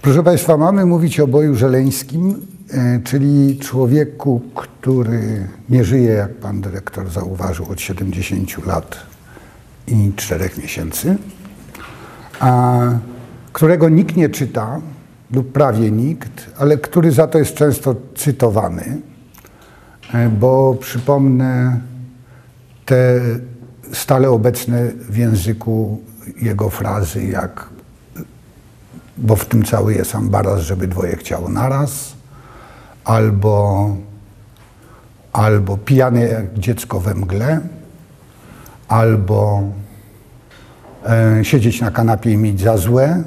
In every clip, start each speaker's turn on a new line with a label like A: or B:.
A: Proszę Państwa, mamy mówić o Boju Żeleńskim, czyli człowieku, który nie żyje, jak Pan Dyrektor zauważył, od 70 lat i 4 miesięcy, a którego nikt nie czyta, lub prawie nikt, ale który za to jest często cytowany, bo przypomnę te stale obecne w języku jego frazy, jak bo w tym cały jest ambaras, żeby dwoje chciało naraz, albo pijany jak dziecko we mgle, albo siedzieć na kanapie i mieć za złe,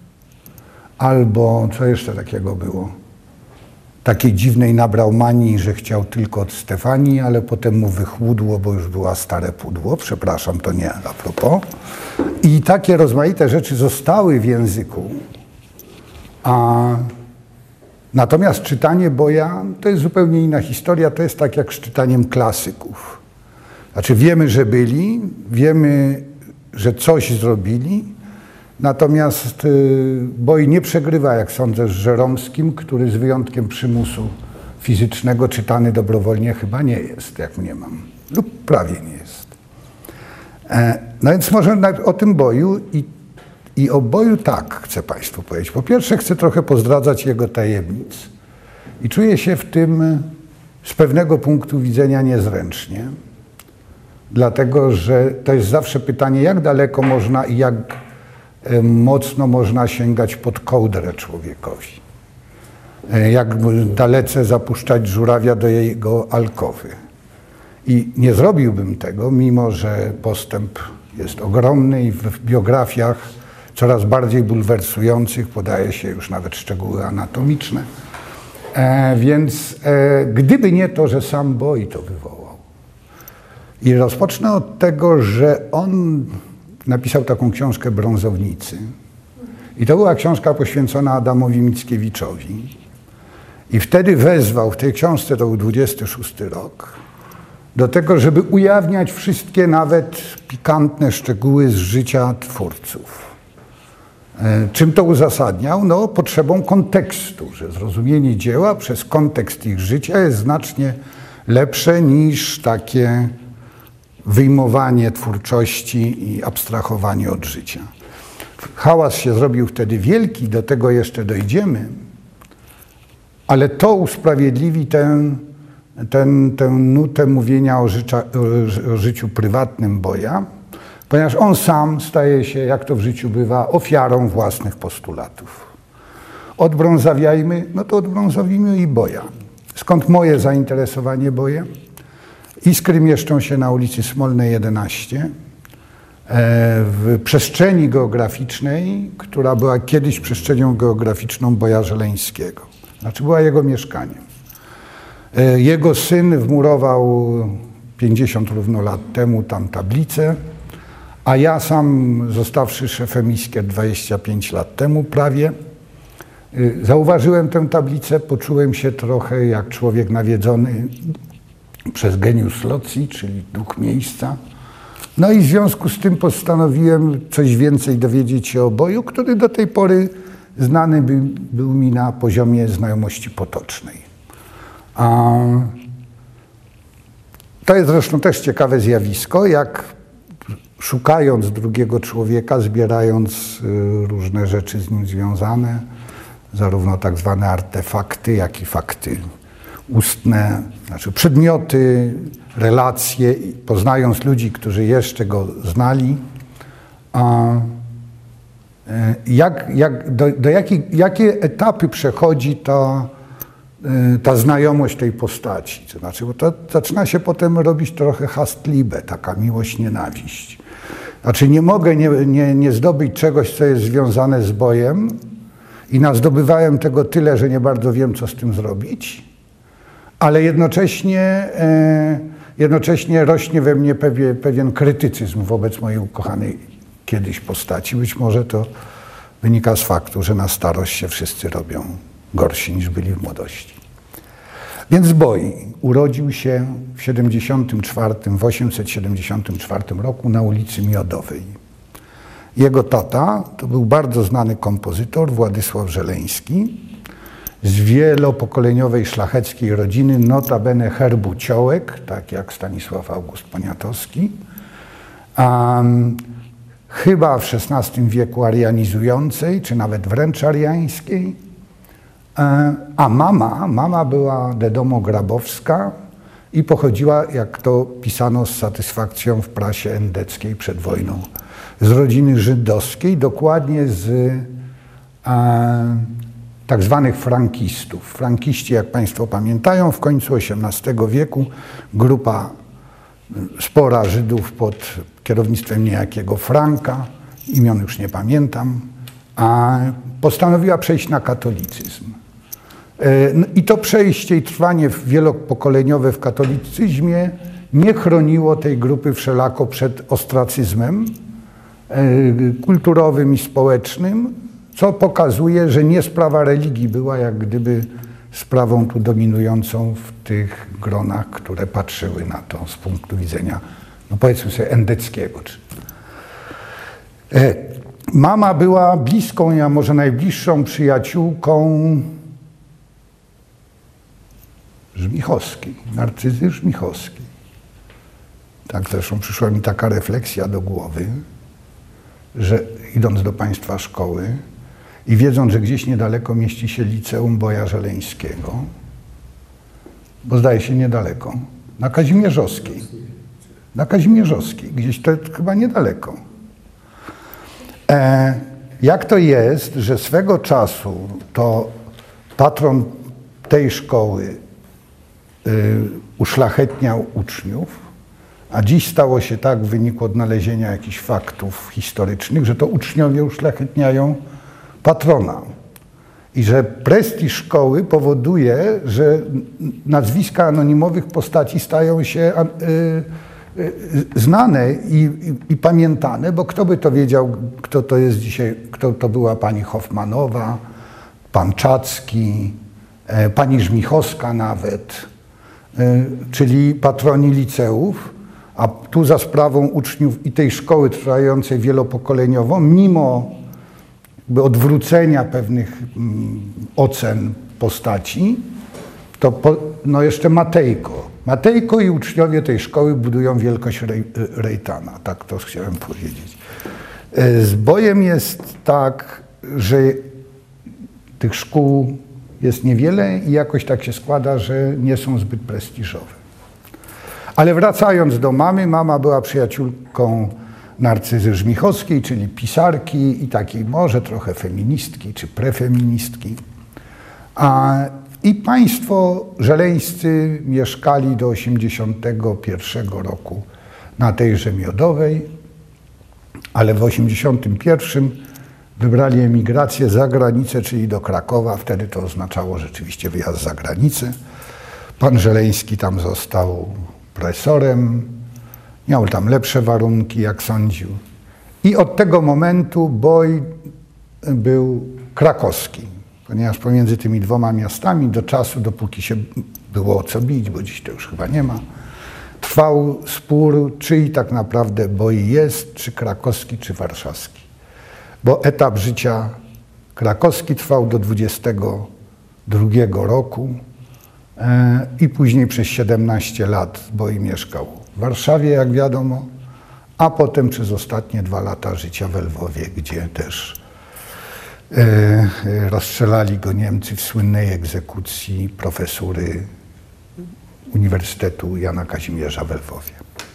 A: albo co jeszcze takiego było? Takiej dziwnej nabrał manii, że chciał tylko od Stefanii, ale potem mu wychłudło, bo już była stare pudło. Przepraszam, to nie a propos. I takie rozmaite rzeczy zostały w języku. Natomiast czytanie Boja to jest zupełnie inna historia. To jest tak jak z czytaniem klasyków. Znaczy wiemy, że byli, wiemy, że coś zrobili, natomiast Boj nie przegrywa, jak sądzę, z Żeromskim, który z wyjątkiem przymusu fizycznego czytany dobrowolnie chyba nie jest, jak mniemam, lub prawie nie jest. No więc może o tym Boju i o Boju tak chcę Państwu powiedzieć. Po pierwsze chcę trochę pozdradzać jego tajemnic i czuję się w tym z pewnego punktu widzenia niezręcznie, dlatego że to jest zawsze pytanie, jak daleko można i jak mocno można sięgać pod kołdrę człowiekowi. Jak dalece zapuszczać żurawia do jego alkowy. I nie zrobiłbym tego, mimo że postęp jest ogromny i w biografiach coraz bardziej bulwersujących podaje się już nawet szczegóły anatomiczne. Więc gdyby nie to, że sam Boj to wywołał. I rozpocznę od tego, że on napisał taką książkę Brązownicy. I to była książka poświęcona Adamowi Mickiewiczowi. I wtedy wezwał, w tej książce to był 26 rok, do tego, żeby ujawniać wszystkie nawet pikantne szczegóły z życia twórców. Czym to uzasadniał? No, potrzebą kontekstu, że zrozumienie dzieła przez kontekst ich życia jest znacznie lepsze niż takie wyjmowanie twórczości i abstrahowanie od życia. Hałas się zrobił wtedy wielki, do tego jeszcze dojdziemy, ale to usprawiedliwi tę nutę mówienia o życiu prywatnym Boja, ponieważ on sam staje się, jak to w życiu bywa, ofiarą własnych postulatów. Odbrązawiajmy, no to odbrązawimy i Boja. Skąd moje zainteresowanie Bojem? Iskry mieszczą się na ulicy Smolnej 11, w przestrzeni geograficznej, która była kiedyś przestrzenią geograficzną Boja Żeleńskiego. Znaczy była jego mieszkaniem. Jego syn wmurował 50 równo lat temu tam tablicę, a ja sam, zostawszy szefem Iskier 25 lat temu prawie, zauważyłem tę tablicę, poczułem się trochę jak człowiek nawiedzony przez genius loci, czyli duch miejsca. No i w związku z tym postanowiłem coś więcej dowiedzieć się o Boju, który do tej pory znany był mi na poziomie znajomości potocznej. To jest zresztą też ciekawe zjawisko, jak szukając drugiego człowieka, zbierając różne rzeczy z nim związane, zarówno tak zwane artefakty, jak i fakty ustne, znaczy przedmioty, relacje, poznając ludzi, którzy jeszcze go znali, jakie etapy przechodzi ta znajomość tej postaci. To znaczy, bo to zaczyna się potem robić trochę Hassliebe, taka miłość-nienawiść. Znaczy nie mogę nie zdobyć czegoś, co jest związane z Bojem i nazdobywałem tego tyle, że nie bardzo wiem, co z tym zrobić, ale jednocześnie rośnie we mnie pewien krytycyzm wobec mojej ukochanej kiedyś postaci. Być może to wynika z faktu, że na starość się wszyscy robią gorsi niż byli w młodości. Więc Boj urodził się w 874 roku na ulicy Miodowej. Jego tata to był bardzo znany kompozytor Władysław Żeleński z wielopokoleniowej szlacheckiej rodziny, notabene herbu Ciołek, tak jak Stanisław August Poniatowski. Chyba w XVI wieku arianizującej, czy nawet wręcz ariańskiej. A mama była dedomo-grabowska i pochodziła, jak to pisano z satysfakcją w prasie endeckiej przed wojną, z rodziny żydowskiej, dokładnie z tak zwanych frankistów. Frankiści, jak Państwo pamiętają, w końcu XVIII wieku grupa spora Żydów pod kierownictwem niejakiego Franka, imion już nie pamiętam, postanowiła przejść na katolicyzm. I to przejście i trwanie wielopokoleniowe w katolicyzmie nie chroniło tej grupy wszelako przed ostracyzmem kulturowym i społecznym, co pokazuje, że nie sprawa religii była jak gdyby sprawą tu dominującą w tych gronach, które patrzyły na to z punktu widzenia, no powiedzmy sobie, endeckiego. Mama była bliską, a może najbliższą przyjaciółką Żmichowskiej, Narcyzy Żmichowskiej. Tak zresztą przyszła mi taka refleksja do głowy, że idąc do państwa szkoły i wiedząc, że gdzieś niedaleko mieści się Liceum Boja Żeleńskiego, bo zdaje się niedaleko, na Kazimierzowskiej, gdzieś to chyba niedaleko. Jak to jest, że swego czasu to patron tej szkoły uszlachetniał uczniów, a dziś stało się tak w wyniku odnalezienia jakichś faktów historycznych, że to uczniowie uszlachetniają patrona. I że prestiż szkoły powoduje, że nazwiska anonimowych postaci stają się znane i pamiętane, bo kto by to wiedział, kto to jest dzisiaj, kto to była pani Hoffmanowa, pan Czacki, pani Żmichowska nawet, czyli patroni liceów, a tu za sprawą uczniów i tej szkoły trwającej wielopokoleniowo, mimo odwrócenia pewnych ocen postaci, to no jeszcze Matejko i uczniowie tej szkoły budują wielkość Rejtana, tak to chciałem powiedzieć. Z Bojem jest tak, że tych szkół jest niewiele i jakoś tak się składa, że nie są zbyt prestiżowe. Ale wracając do mamy, mama była przyjaciółką Narcyzy Żmichowskiej, czyli pisarki i takiej może trochę feministki czy prefeministki. I państwo żeleńscy mieszkali do 1981 roku na tejże Miodowej, ale w 1981 wybrali emigrację za granicę, czyli do Krakowa. Wtedy to oznaczało rzeczywiście wyjazd za granicę. Pan Żeleński tam został profesorem, miał tam lepsze warunki, jak sądził. I od tego momentu Boj był krakowski, ponieważ pomiędzy tymi dwoma miastami do czasu, dopóki się było o co bić, bo dziś to już chyba nie ma, trwał spór, czyj tak naprawdę Boj jest, czy krakowski, czy warszawski. Bo etap życia krakowski trwał do 22 roku i później przez 17 lat Boj mieszkał w Warszawie, jak wiadomo, a potem przez ostatnie 2 lata życia w Lwowie, gdzie też rozstrzelali go Niemcy w słynnej egzekucji profesury Uniwersytetu Jana Kazimierza w Lwowie.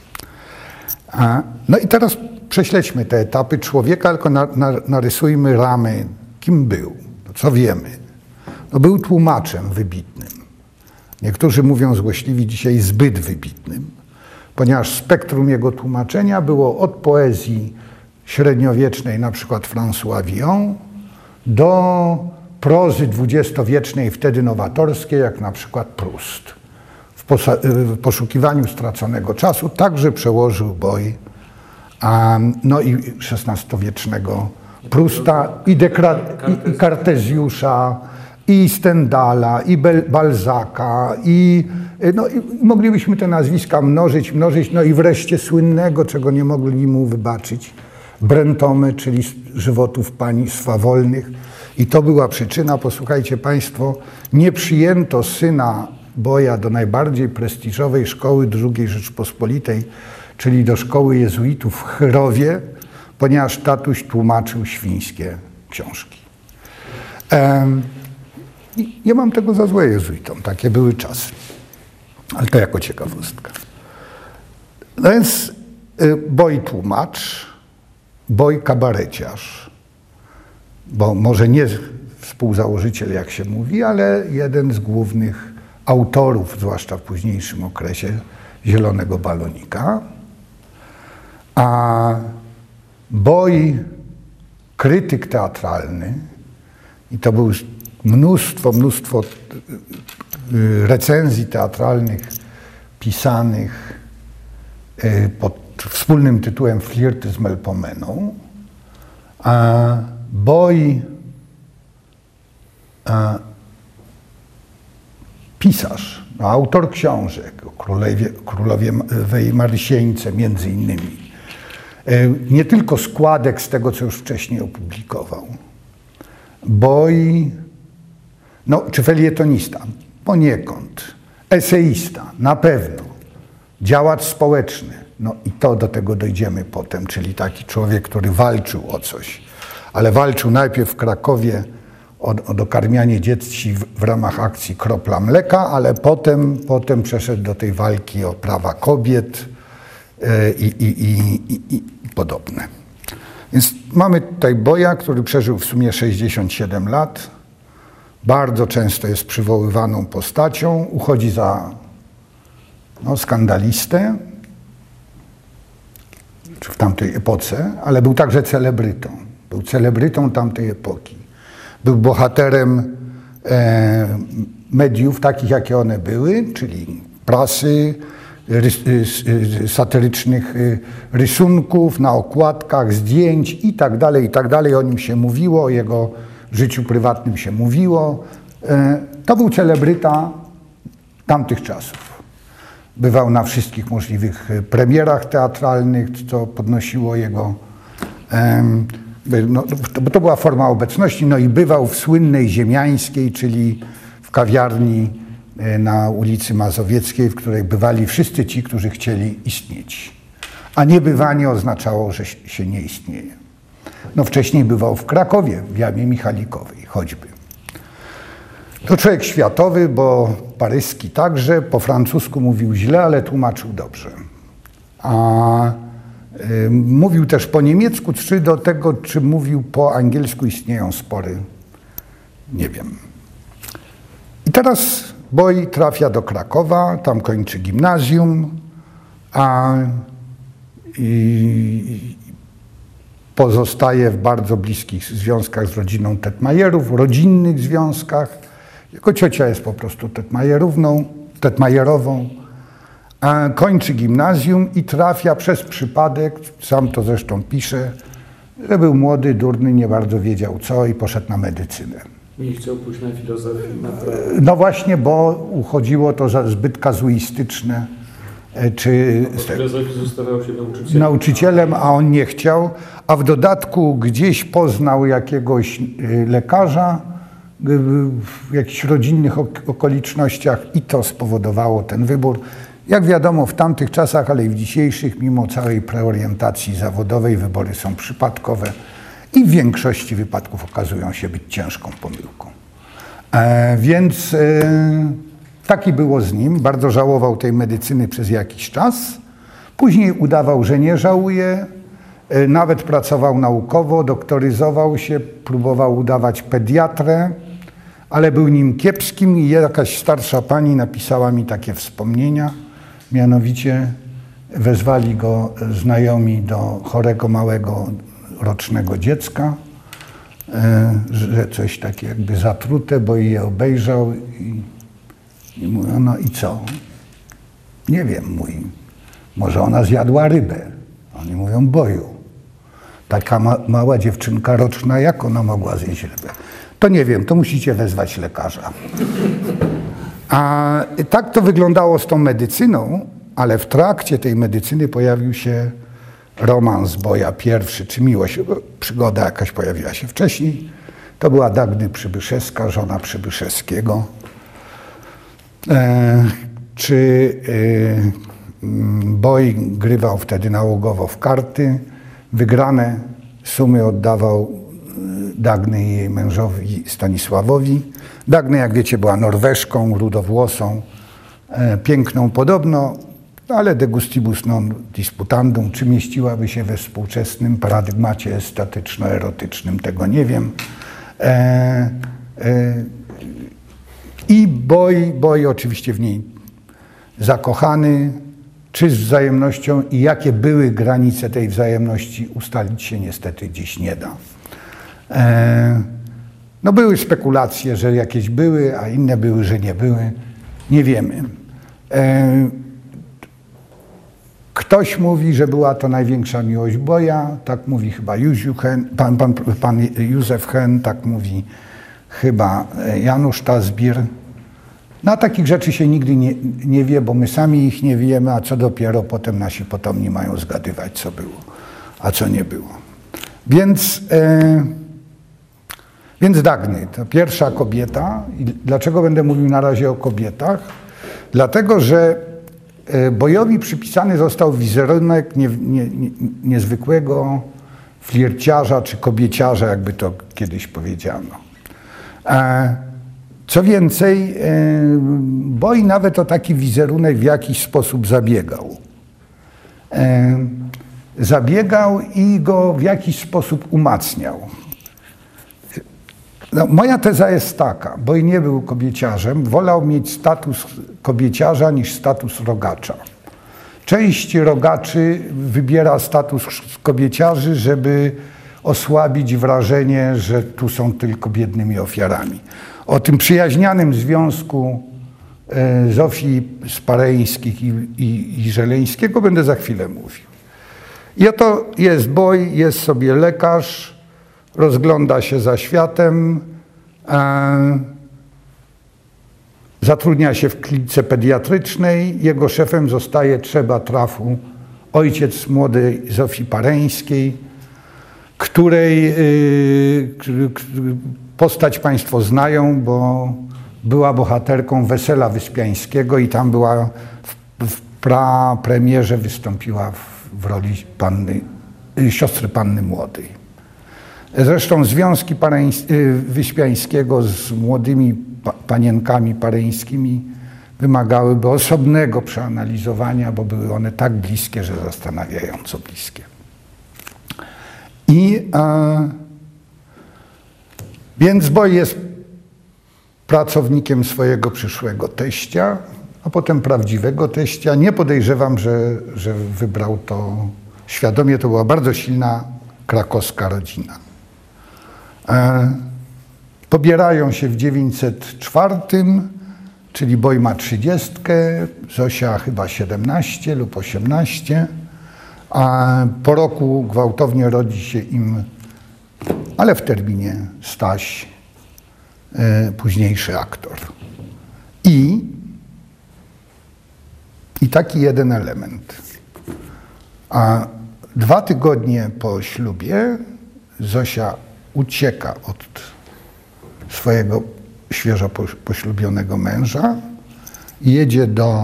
A: No i teraz prześledźmy te etapy człowieka, tylko narysujmy ramy, kim był, co wiemy. No, był tłumaczem wybitnym. Niektórzy mówią złośliwi dzisiaj zbyt wybitnym, ponieważ spektrum jego tłumaczenia było od poezji średniowiecznej, na przykład François Villon, do prozy dwudziestowiecznej, wtedy nowatorskiej, jak na przykład Proust. W poszukiwaniu straconego czasu także przełożył Boj, no i XVI-wiecznego Prousta, i Kartezjusza, i Stendala, i Balzaka, i moglibyśmy te nazwiska mnożyć, no i wreszcie słynnego, czego nie mogli mu wybaczyć, Brentomy, czyli żywotów pań swawolnych. I to była przyczyna, posłuchajcie Państwo, nie przyjęto syna Boja do najbardziej prestiżowej szkoły II Rzeczpospolitej, czyli do szkoły jezuitów w Chyrowie, ponieważ tatuś tłumaczył świńskie książki. Nie mam tego za złe jezuitom, takie były czasy, ale to jako ciekawostka. No więc Boj tłumacz, Boj kabareciarz, bo może nie współzałożyciel, jak się mówi, ale jeden z głównych autorów, zwłaszcza w późniejszym okresie, Zielonego balonika. A Boj krytyk teatralny, i to był mnóstwo recenzji teatralnych pisanych pod wspólnym tytułem Flirty z Melpomeną. A Boj pisarz, autor książek o królowej Marysieńce między innymi. Nie tylko składek z tego, co już wcześniej opublikował. Boj, czy felietonista, poniekąd, eseista, na pewno, działacz społeczny, i to do tego dojdziemy potem, czyli taki człowiek, który walczył o coś, ale walczył najpierw w Krakowie o dokarmianie dzieci w ramach akcji Kropla Mleka, ale potem przeszedł do tej walki o prawa kobiet i podobne. Więc mamy tutaj Boja, który przeżył w sumie 67 lat. Bardzo często jest przywoływaną postacią. Uchodzi za skandalistę w tamtej epoce, ale był także celebrytą. Był celebrytą tamtej epoki. Był bohaterem mediów takich, jakie one były, czyli prasy, satyrycznych rysunków na okładkach, zdjęć i tak dalej. O nim się mówiło, o jego życiu prywatnym się mówiło. To był celebryta tamtych czasów. Bywał na wszystkich możliwych premierach teatralnych, co podnosiło jego... bo to była forma obecności, i bywał w słynnej Ziemiańskiej, czyli w kawiarni na ulicy Mazowieckiej, w której bywali wszyscy ci, którzy chcieli istnieć. A niebywanie oznaczało, że się nie istnieje. Wcześniej bywał w Krakowie, w Jamie Michalikowej choćby. To człowiek światowy, bo paryski także, po francusku mówił źle, ale tłumaczył dobrze. A mówił też po niemiecku, czy do tego, czy mówił po angielsku, istnieją spory. Nie wiem. I teraz Boj trafia do Krakowa, tam kończy gimnazjum, pozostaje w bardzo bliskich związkach z rodziną Tetmajerów, rodzinnych związkach. Jego ciocia jest po prostu Tetmajerową. Kończy gimnazjum i trafia przez przypadek, sam to zresztą pisze, że był młody, durny, nie bardzo wiedział co i poszedł na medycynę.
B: Nie chciał pójść na filozofię.
A: Właśnie, bo uchodziło to za zbyt kazuistyczne.
B: Filozofii zostawał się
A: nauczycielem, a on nie chciał, a w dodatku gdzieś poznał jakiegoś lekarza w jakichś rodzinnych okolicznościach i to spowodowało ten wybór. Jak wiadomo, w tamtych czasach, ale i w dzisiejszych, mimo całej preorientacji zawodowej, wybory są przypadkowe i w większości wypadków okazują się być ciężką pomyłką. Więc taki było z nim. Bardzo żałował tej medycyny przez jakiś czas. Później udawał, że nie żałuje. Nawet pracował naukowo, doktoryzował się, próbował udawać pediatrę, ale był nim kiepskim i jakaś starsza pani napisała mi takie wspomnienia. Mianowicie wezwali go znajomi do chorego, małego, rocznego dziecka, że coś takie jakby zatrute, bo je obejrzał i mówią, i co? Nie wiem, mówi, może ona zjadła rybę. Oni mówią, Boju. Taka mała dziewczynka roczna, jak ona mogła zjeść rybę? To nie wiem, to musicie wezwać lekarza. A tak to wyglądało z tą medycyną, ale w trakcie tej medycyny pojawił się romans Boja pierwszy, czy miłość, przygoda jakaś pojawiła się wcześniej. To była Dagny Przybyszewska, żona Przybyszewskiego. Boj grywał wtedy nałogowo w karty. Wygrane sumy oddawał Dagny i jej mężowi Stanisławowi. Dagny, jak wiecie, była Norweżką, rudowłosą, piękną podobno, ale de gustibus non disputandum. Czy mieściłaby się we współczesnym paradygmacie estetyczno-erotycznym, tego nie wiem. I Boj oczywiście w niej zakochany, czy z wzajemnością i jakie były granice tej wzajemności, ustalić się niestety dziś nie da. No były spekulacje, że jakieś były, a inne były, że nie były. Nie wiemy. Ktoś mówi, że była to największa miłość Boja, tak mówi chyba pan Józef Henn, tak mówi chyba Janusz Tazbir. No takich rzeczy się nigdy nie wie, bo my sami ich nie wiemy, a co dopiero potem nasi potomni mają zgadywać, co było, a co nie było. Więc Dagny, to pierwsza kobieta. I dlaczego będę mówił na razie o kobietach? Dlatego, że Bojowi przypisany został wizerunek niezwykłego flirciarza czy kobieciarza, jakby to kiedyś powiedziano. Co więcej, Boj nawet o taki wizerunek w jakiś sposób zabiegał. Zabiegał i go w jakiś sposób umacniał. No, moja teza jest taka, Boj nie był kobieciarzem, wolał mieć status kobieciarza niż status rogacza. Część rogaczy wybiera status kobieciarzy, żeby osłabić wrażenie, że tu są tylko biednymi ofiarami. O tym przyjaźnianym związku Zofii Spareńskich i Żeleńskiego będę za chwilę mówił. I oto jest Boj, jest sobie lekarz, rozgląda się za światem, zatrudnia się w klinice pediatrycznej, jego szefem zostaje trzeba trafu ojciec młodej Zofii Pareńskiej, której postać Państwo znają, bo była bohaterką Wesela Wyspiańskiego i tam była w prapremierze wystąpiła w roli siostry Panny Młodej. Zresztą związki Wyspiańskiego z młodymi panienkami pareńskimi wymagałyby osobnego przeanalizowania, bo były one tak bliskie, że zastanawiająco bliskie. Więc Boj jest pracownikiem swojego przyszłego teścia, a potem prawdziwego teścia. Nie podejrzewam, że wybrał to świadomie. To była bardzo silna krakowska rodzina. Pobierają się w 904, czyli Boj ma 30, Zosia chyba 17 lub 18, a po roku gwałtownie rodzi się im, ale w terminie, Staś, późniejszy aktor. I taki jeden element. A 2 tygodnie po ślubie Zosia ucieka od swojego świeżo poślubionego męża i jedzie do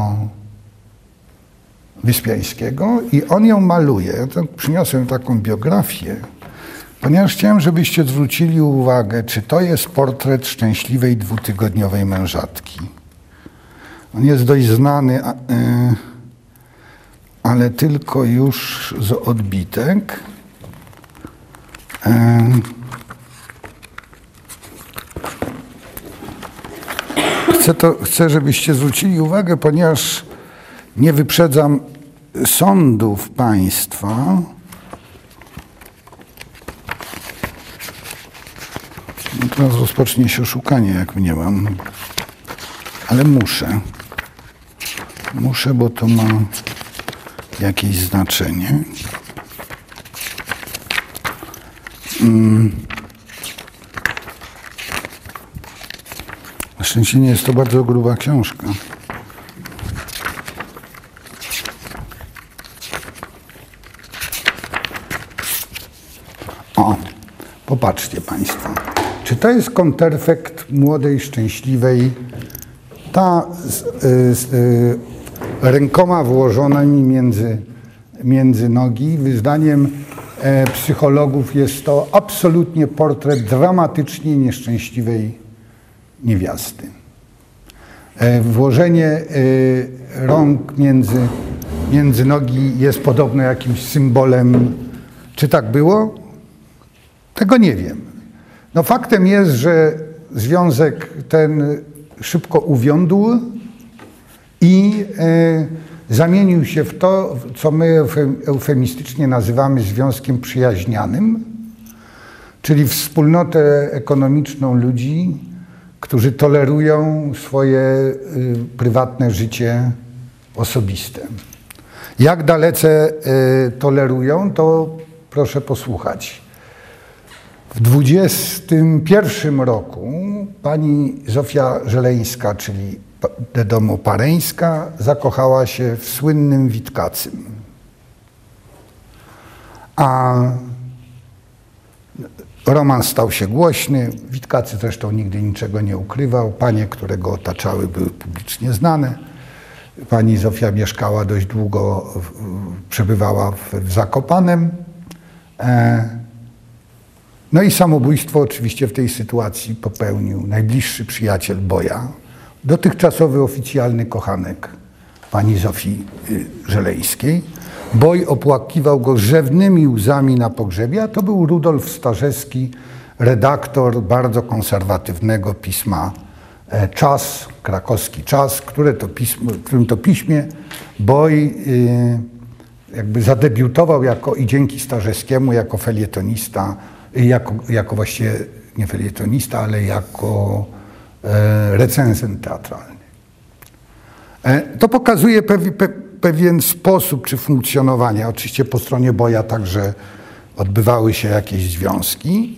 A: Wyspiańskiego i on ją maluje. Ja przyniosłem taką biografię, ponieważ chciałem, żebyście zwrócili uwagę, czy to jest portret szczęśliwej 2-tygodniowej mężatki. On jest dość znany, ale tylko już z odbitek. Chcę, żebyście zwrócili uwagę, ponieważ nie wyprzedzam sądów państwa. No teraz rozpocznie się szukanie, jak mniemam. Ale muszę, bo to ma jakieś znaczenie. Na szczęście nie jest to bardzo gruba książka. Popatrzcie państwo, czy to jest kontrefekt młodej, szczęśliwej, ta z rękoma włożonymi między nogi. Zdaniem psychologów jest to absolutnie portret dramatycznie nieszczęśliwej niewiasty. Włożenie rąk między nogi jest podobno jakimś symbolem. Czy tak było? Tego nie wiem. No faktem jest, że związek ten szybko uwiądł i zamienił się w to, co my eufemistycznie nazywamy związkiem przyjaźnianym, czyli wspólnotę ekonomiczną ludzi, którzy tolerują swoje prywatne życie osobiste. Jak dalece tolerują, to proszę posłuchać. W 21 roku pani Zofia Żeleńska, czyli Dedomo-Pareńska, zakochała się w słynnym Witkacym. A romans stał się głośny. Witkacy zresztą nigdy niczego nie ukrywał. Panie, które go otaczały, były publicznie znane. Pani Zofia mieszkała dość długo, przebywała w Zakopanem. No i samobójstwo oczywiście w tej sytuacji popełnił najbliższy przyjaciel Boja, dotychczasowy oficjalny kochanek pani Zofii Żeleńskiej. Boj opłakiwał go rzewnymi łzami na pogrzebie, a to był Rudolf Starzewski, redaktor bardzo konserwatywnego pisma Czas, krakowski Czas, w którym to piśmie Boj jakby zadebiutował i dzięki Starzewskiemu jako felietonista, jako właściwie nie felietonista, ale jako recenzent teatralny. To pokazuje pewien sposób czy funkcjonowania. Oczywiście po stronie Boja także odbywały się jakieś związki.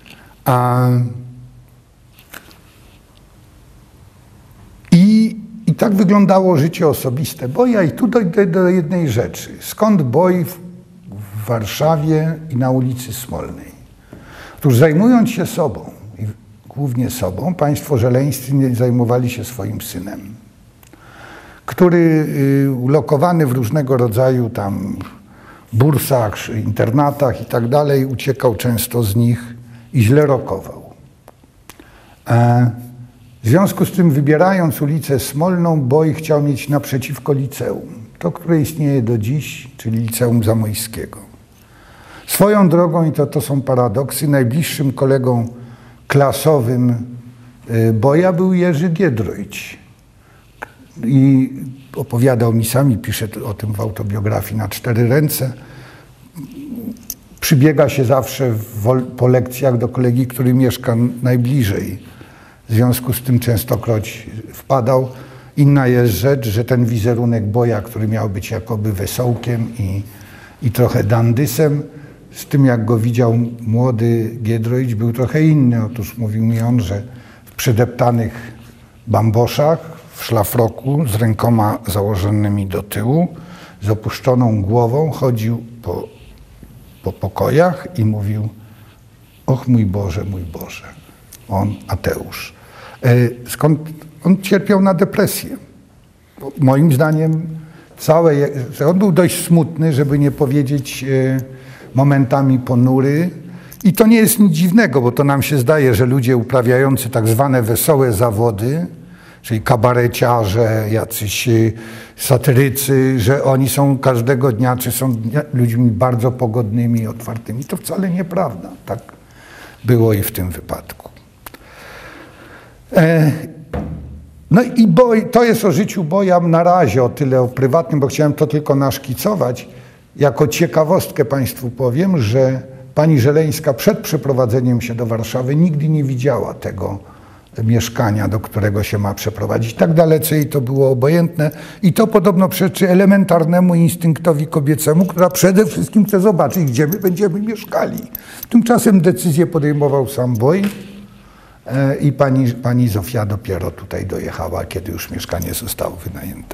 A: I tak wyglądało życie osobiste Boja. I tu dojdę do jednej rzeczy. Skąd Boj w Warszawie i na ulicy Smolnej? Otóż zajmując się sobą, i głównie sobą, państwo żeleńscy nie zajmowali się swoim synem, który ulokowany w różnego rodzaju tam bursach, internatach i tak dalej, uciekał często z nich i źle rokował. W związku z tym, wybierając ulicę Smolną, Boj chciał mieć naprzeciwko liceum, to, które istnieje do dziś, czyli Liceum Zamojskiego. Swoją drogą, i to są paradoksy, najbliższym kolegą klasowym Boja był Jerzy Giedroyć. I opowiadał mi, sami pisze o tym w autobiografii na 4 ręce. Przybiega się zawsze po lekcjach do kolegi, który mieszka najbliżej. W związku z tym częstokroć wpadał. Inna jest rzecz, że ten wizerunek Boja, który miał być jakoby wesołkiem i trochę dandysem, z tym jak go widział młody Giedroyć, był trochę inny. Otóż mówił mi on, że w przedeptanych bamboszach, w szlafroku, z rękoma założonymi do tyłu, z opuszczoną głową chodził po pokojach i mówił: och mój Boże, on ateusz. Skąd on cierpiał na depresję? Moim zdaniem on był dość smutny, żeby nie powiedzieć momentami ponury. I to nie jest nic dziwnego, bo to nam się zdaje, że ludzie uprawiający tak zwane wesołe zawody, czyli kabareciarze, jacyś satyrycy, że oni są każdego dnia, czy są ludźmi bardzo pogodnymi, otwartymi. To wcale nieprawda. Tak było i w tym wypadku. No i to jest o życiu Boja na razie, o tyle o prywatnym, bo chciałem to tylko naszkicować. Jako ciekawostkę państwu powiem, że pani Żeleńska przed przeprowadzeniem się do Warszawy nigdy nie widziała tego mieszkania, do którego się ma przeprowadzić. Tak dalece jej to było obojętne i to podobno przeczy elementarnemu instynktowi kobiecemu, która przede wszystkim chce zobaczyć, gdzie my będziemy mieszkali. Tymczasem decyzję podejmował sam Boj i pani Zofia dopiero tutaj dojechała, kiedy już mieszkanie zostało wynajęte.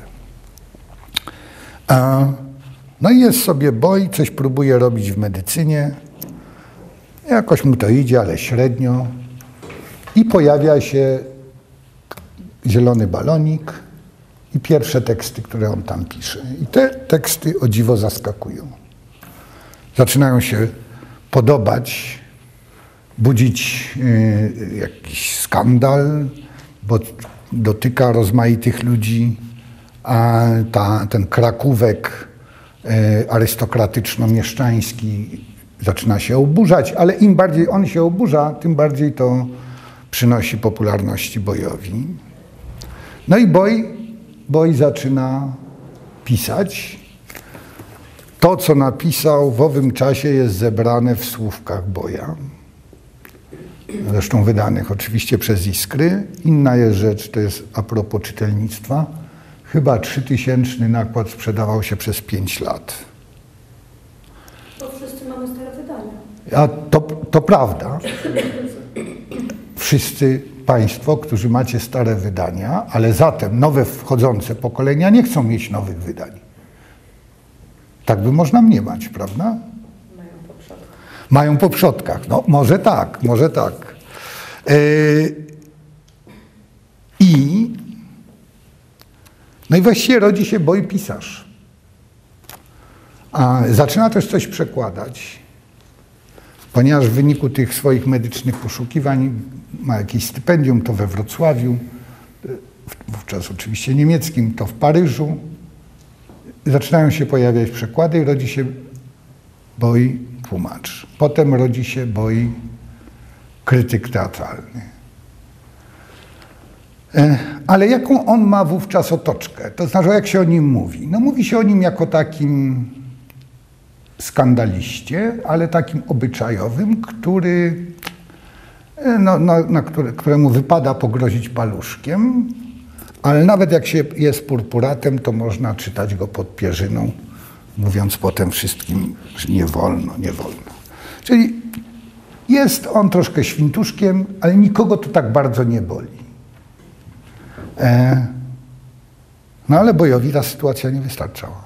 A: No i jest sobie Boj, coś próbuje robić w medycynie. Jakoś mu to idzie, ale średnio. I pojawia się zielony balonik i pierwsze teksty, które on tam pisze. I te teksty o dziwo zaskakują. Zaczynają się podobać, budzić jakiś skandal, bo dotyka rozmaitych ludzi, a ten krakówek arystokratyczno-mieszczański zaczyna się oburzać, ale im bardziej on się oburza, tym bardziej to przynosi popularności Bojowi. No i Boj zaczyna pisać. To, co napisał w owym czasie, jest zebrane w słówkach Boja. Zresztą wydanych oczywiście przez Iskry. Inna jest rzecz, to jest a propos czytelnictwa. Chyba 3000 nakład sprzedawał się przez 5 lat.
C: Bo wszyscy mamy stare wydania.
A: A to prawda. Wszyscy Państwo, którzy macie stare wydania, ale zatem nowe wchodzące pokolenia nie chcą mieć nowych wydań. Tak by można mniemać, prawda? Mają po przodkach. No może tak, może tak. No i właściwie rodzi się Boj pisarz. A zaczyna też coś przekładać, ponieważ w wyniku tych swoich medycznych poszukiwań ma jakieś stypendium, to we Wrocławiu, wówczas oczywiście niemieckim, to w Paryżu. Zaczynają się pojawiać przekłady i rodzi się Boj tłumacz. Potem rodzi się Boj krytyk teatralny. Ale jaką on ma wówczas otoczkę? To znaczy, jak się o nim mówi? No mówi się o nim jako takim skandaliście, ale takim obyczajowym, któremu wypada pogrozić paluszkiem, ale nawet jak się jest purpuratem, to można czytać go pod pierzyną, mówiąc potem wszystkim, że nie wolno, nie wolno. Czyli jest on troszkę świntuszkiem, ale nikogo to tak bardzo nie boli. No ale Bojowi ta sytuacja nie wystarczała.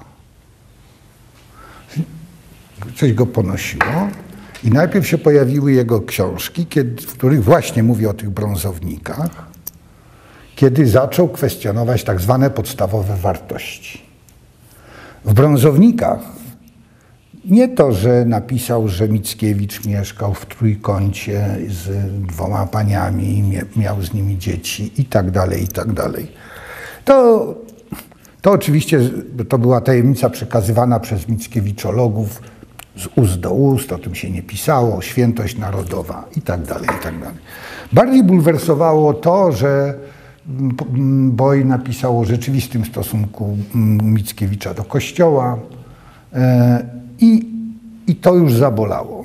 A: Coś go ponosiło i najpierw się pojawiły jego książki, w których właśnie mówi o tych brązownikach, kiedy zaczął kwestionować tak zwane podstawowe wartości. W brązownikach nie to, że napisał, że Mickiewicz mieszkał w trójkącie z 2 paniami, miał z nimi dzieci i tak dalej, i tak dalej. To oczywiście to była tajemnica przekazywana przez mickiewiczologów z ust do ust, o tym się nie pisało, świętość narodowa i tak dalej, i tak dalej. Bardziej bulwersowało to, że Boj napisał o rzeczywistym stosunku Mickiewicza do Kościoła i to już zabolało.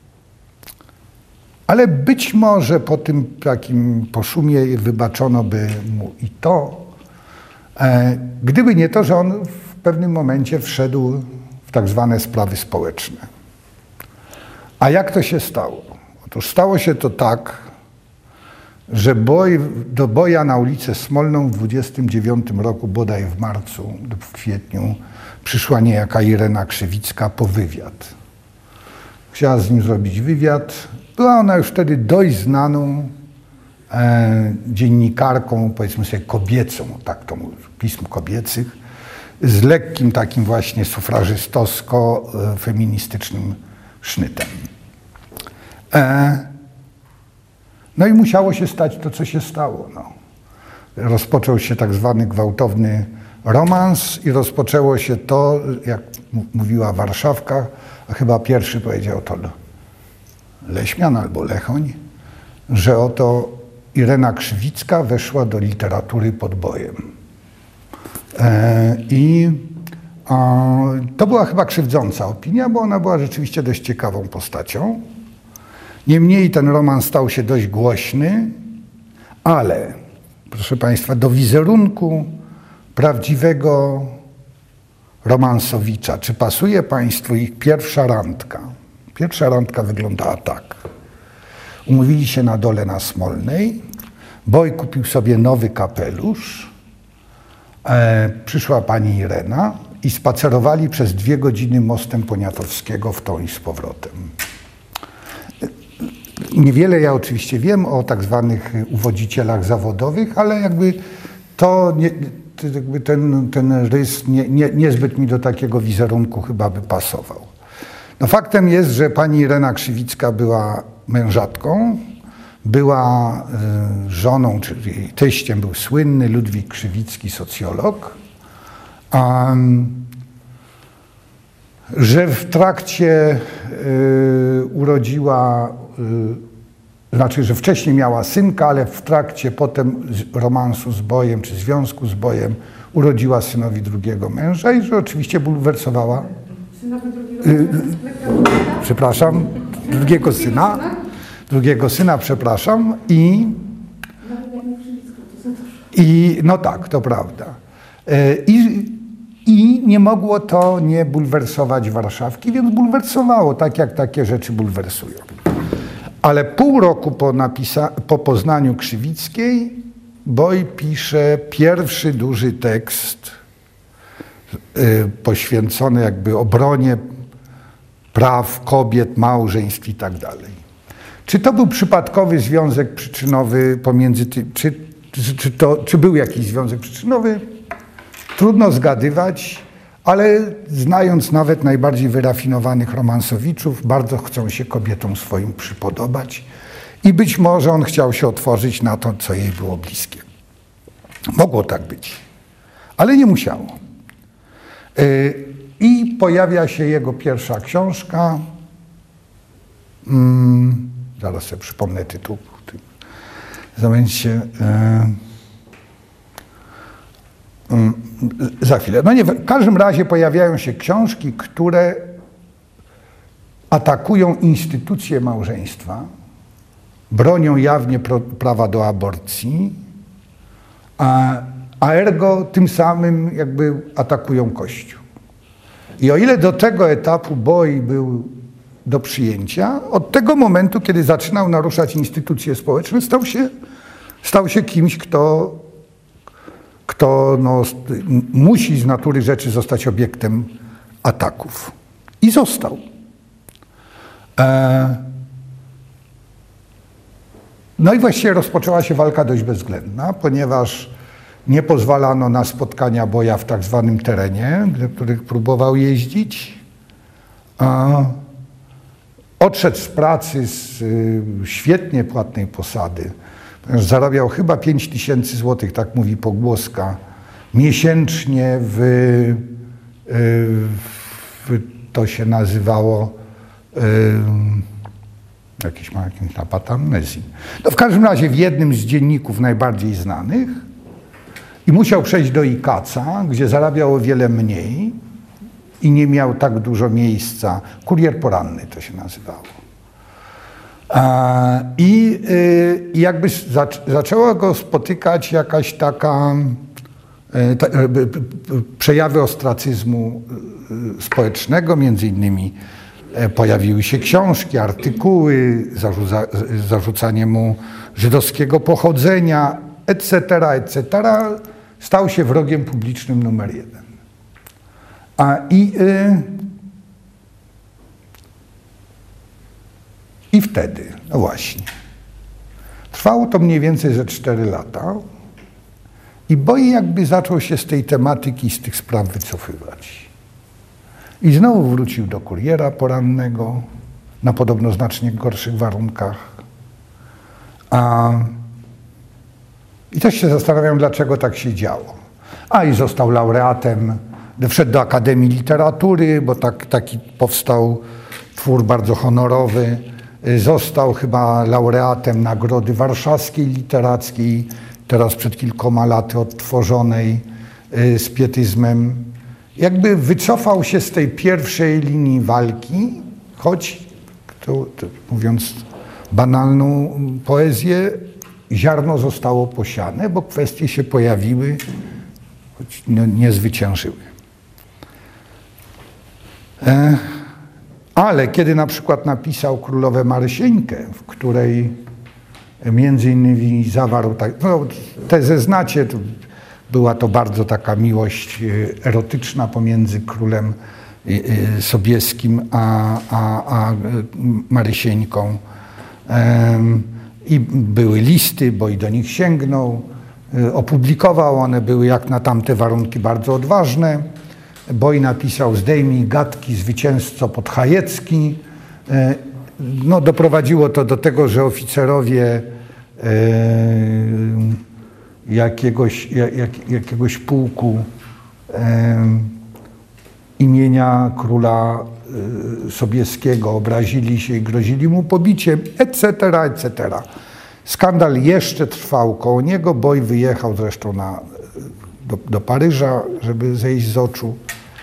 A: Ale być może po tym takim poszumie wybaczono by mu i to, gdyby nie to, że on w pewnym momencie wszedł w tak zwane sprawy społeczne. A jak to się stało? Otóż stało się to tak, że do Boja na ulicę Smolną w 29 roku, bodaj w marcu lub w kwietniu, przyszła niejaka Irena Krzywicka po wywiad. Chciała z nim zrobić wywiad. Była ona już wtedy dość znaną dziennikarką, powiedzmy sobie kobiecą, tak to mówię, pism kobiecych, z lekkim takim właśnie sufrażystowsko-feministycznym sznytem. No i musiało się stać to, co się stało. No. Rozpoczął się tak zwany gwałtowny romans i rozpoczęło się to, jak mówiła Warszawka, a chyba pierwszy powiedział to Leśmian albo Lechoń, że oto Irena Krzywicka weszła do literatury pod Bojem. To była chyba krzywdząca opinia, bo ona była rzeczywiście dość ciekawą postacią. Niemniej ten romans stał się dość głośny, ale, proszę Państwa, do wizerunku prawdziwego romansowicza, czy pasuje Państwu ich pierwsza randka? Pierwsza randka wyglądała tak. Umówili się na dole na Smolnej, Boj kupił sobie nowy kapelusz, przyszła pani Irena i spacerowali przez 2 godziny mostem Poniatowskiego w tą i z powrotem. Niewiele ja oczywiście wiem o tak zwanych uwodzicielach zawodowych, ale jakby to jakby ten rys niezbyt mi do takiego wizerunku chyba by pasował. No faktem jest, że pani Irena Krzywicka była mężatką, była żoną, czyli jej teściem był słynny Ludwik Krzywicki, socjolog, że w trakcie urodziła, znaczy, że wcześniej miała synka, ale w trakcie potem romansu z Bojem, czy związku z Bojem urodziła synowi drugiego męża i że oczywiście bulwersowała, przepraszam, drugiego syna, przepraszam, i no tak, to prawda. I nie mogło to nie bulwersować Warszawki, więc bulwersowało, tak jak takie rzeczy bulwersują. Ale pół roku po poznaniu Krzywickiej Boj pisze pierwszy duży tekst poświęcony jakby obronie praw kobiet, małżeństw i tak dalej. Czy to był przypadkowy związek przyczynowy pomiędzy tym, czy był jakiś związek przyczynowy? Trudno zgadywać, ale znając nawet najbardziej wyrafinowanych romansowiczów, bardzo chcą się kobietom swoim przypodobać i być może on chciał się otworzyć na to, co jej było bliskie. Mogło tak być, ale nie musiało. I pojawia się jego pierwsza książka, zaraz sobie przypomnę tytuł w tym momencie. Za chwilę. No nie, w każdym razie pojawiają się książki, które atakują instytucje małżeństwa, bronią jawnie prawa do aborcji, a ergo tym samym jakby atakują Kościół. I o ile do tego etapu Boj był do przyjęcia, od tego momentu, kiedy zaczynał naruszać instytucje społeczne, stał się kimś, kto no, musi z natury rzeczy zostać obiektem ataków. I został. No i właściwie rozpoczęła się walka dość bezwzględna, ponieważ nie pozwalano na spotkania Boja w tak zwanym terenie, do których próbował jeździć. Odszedł z pracy z świetnie płatnej posady, ponieważ zarabiał chyba 5000 złotych, tak mówi pogłoska, miesięcznie to się nazywało jakiś napad amnezji. No w każdym razie w jednym z dzienników najbardziej znanych i musiał przejść do Ikaca, gdzie zarabiał o wiele mniej i nie miał tak dużo miejsca. Kurier poranny to się nazywało. I jakby zaczęła go spotykać jakaś taka przejawy ostracyzmu społecznego, między innymi pojawiły się książki, artykuły, zarzucanie mu żydowskiego pochodzenia, etc., etc. Stał się wrogiem publicznym numer 1. I wtedy, no właśnie, trwało to mniej więcej ze 4 lata i Boj jakby zaczął się z tej tematyki, z tych spraw wycofywać. I znowu wrócił do Kuriera porannego na podobno znacznie gorszych warunkach. I też się zastanawiam, dlaczego tak się działo. I został laureatem, wszedł do Akademii Literatury, bo taki powstał twór bardzo honorowy. Został chyba laureatem Nagrody Warszawskiej Literackiej, teraz przed kilkoma laty odtworzonej z pietyzmem. Jakby wycofał się z tej pierwszej linii walki, choć, mówiąc banalną poezję, ziarno zostało posiane, bo kwestie się pojawiły, choć nie zwyciężyły. Ale kiedy na przykład napisał Królowę Marysieńkę, w której między innymi zawarł, tezę znacie, była to bardzo taka miłość erotyczna pomiędzy królem Sobieskim a Marysieńką. I były listy, bo i do nich sięgnął, opublikował, one były jak na tamte warunki bardzo odważne. Boj napisał: zdejmij gadki, zwycięzco podhajecki. No, doprowadziło to do tego, że oficerowie jakiegoś pułku imienia króla Sobieskiego obrazili się i grozili mu pobiciem, etc., etc. Skandal jeszcze trwał koło niego. Boj wyjechał zresztą do Paryża, żeby zejść z oczu.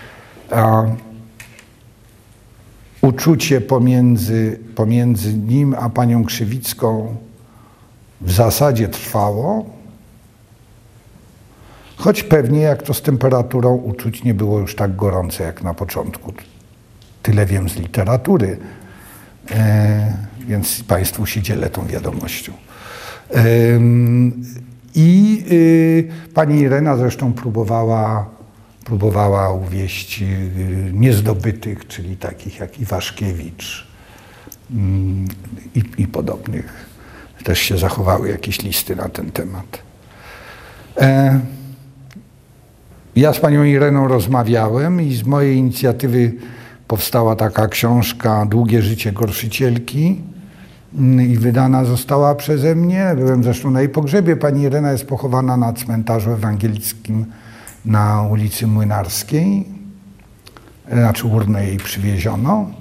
A: Uczucie pomiędzy nim a panią Krzywicką w zasadzie trwało, choć pewnie jak to z temperaturą uczuć nie było już tak gorące jak na początku. Tyle wiem z literatury, więc Państwu się dzielę tą wiadomością. Pani Irena zresztą próbowała uwieść niezdobytych, czyli takich jak Iwaszkiewicz i podobnych. Też się zachowały jakieś listy na ten temat. Ja z panią Ireną rozmawiałem i z mojej inicjatywy powstała taka książka Długie życie gorszycielki i wydana została przeze mnie. Byłem zresztą na jej pogrzebie. Pani Irena jest pochowana na cmentarzu ewangelickim na ulicy Młynarskiej. Znaczy urnę jej przywieziono.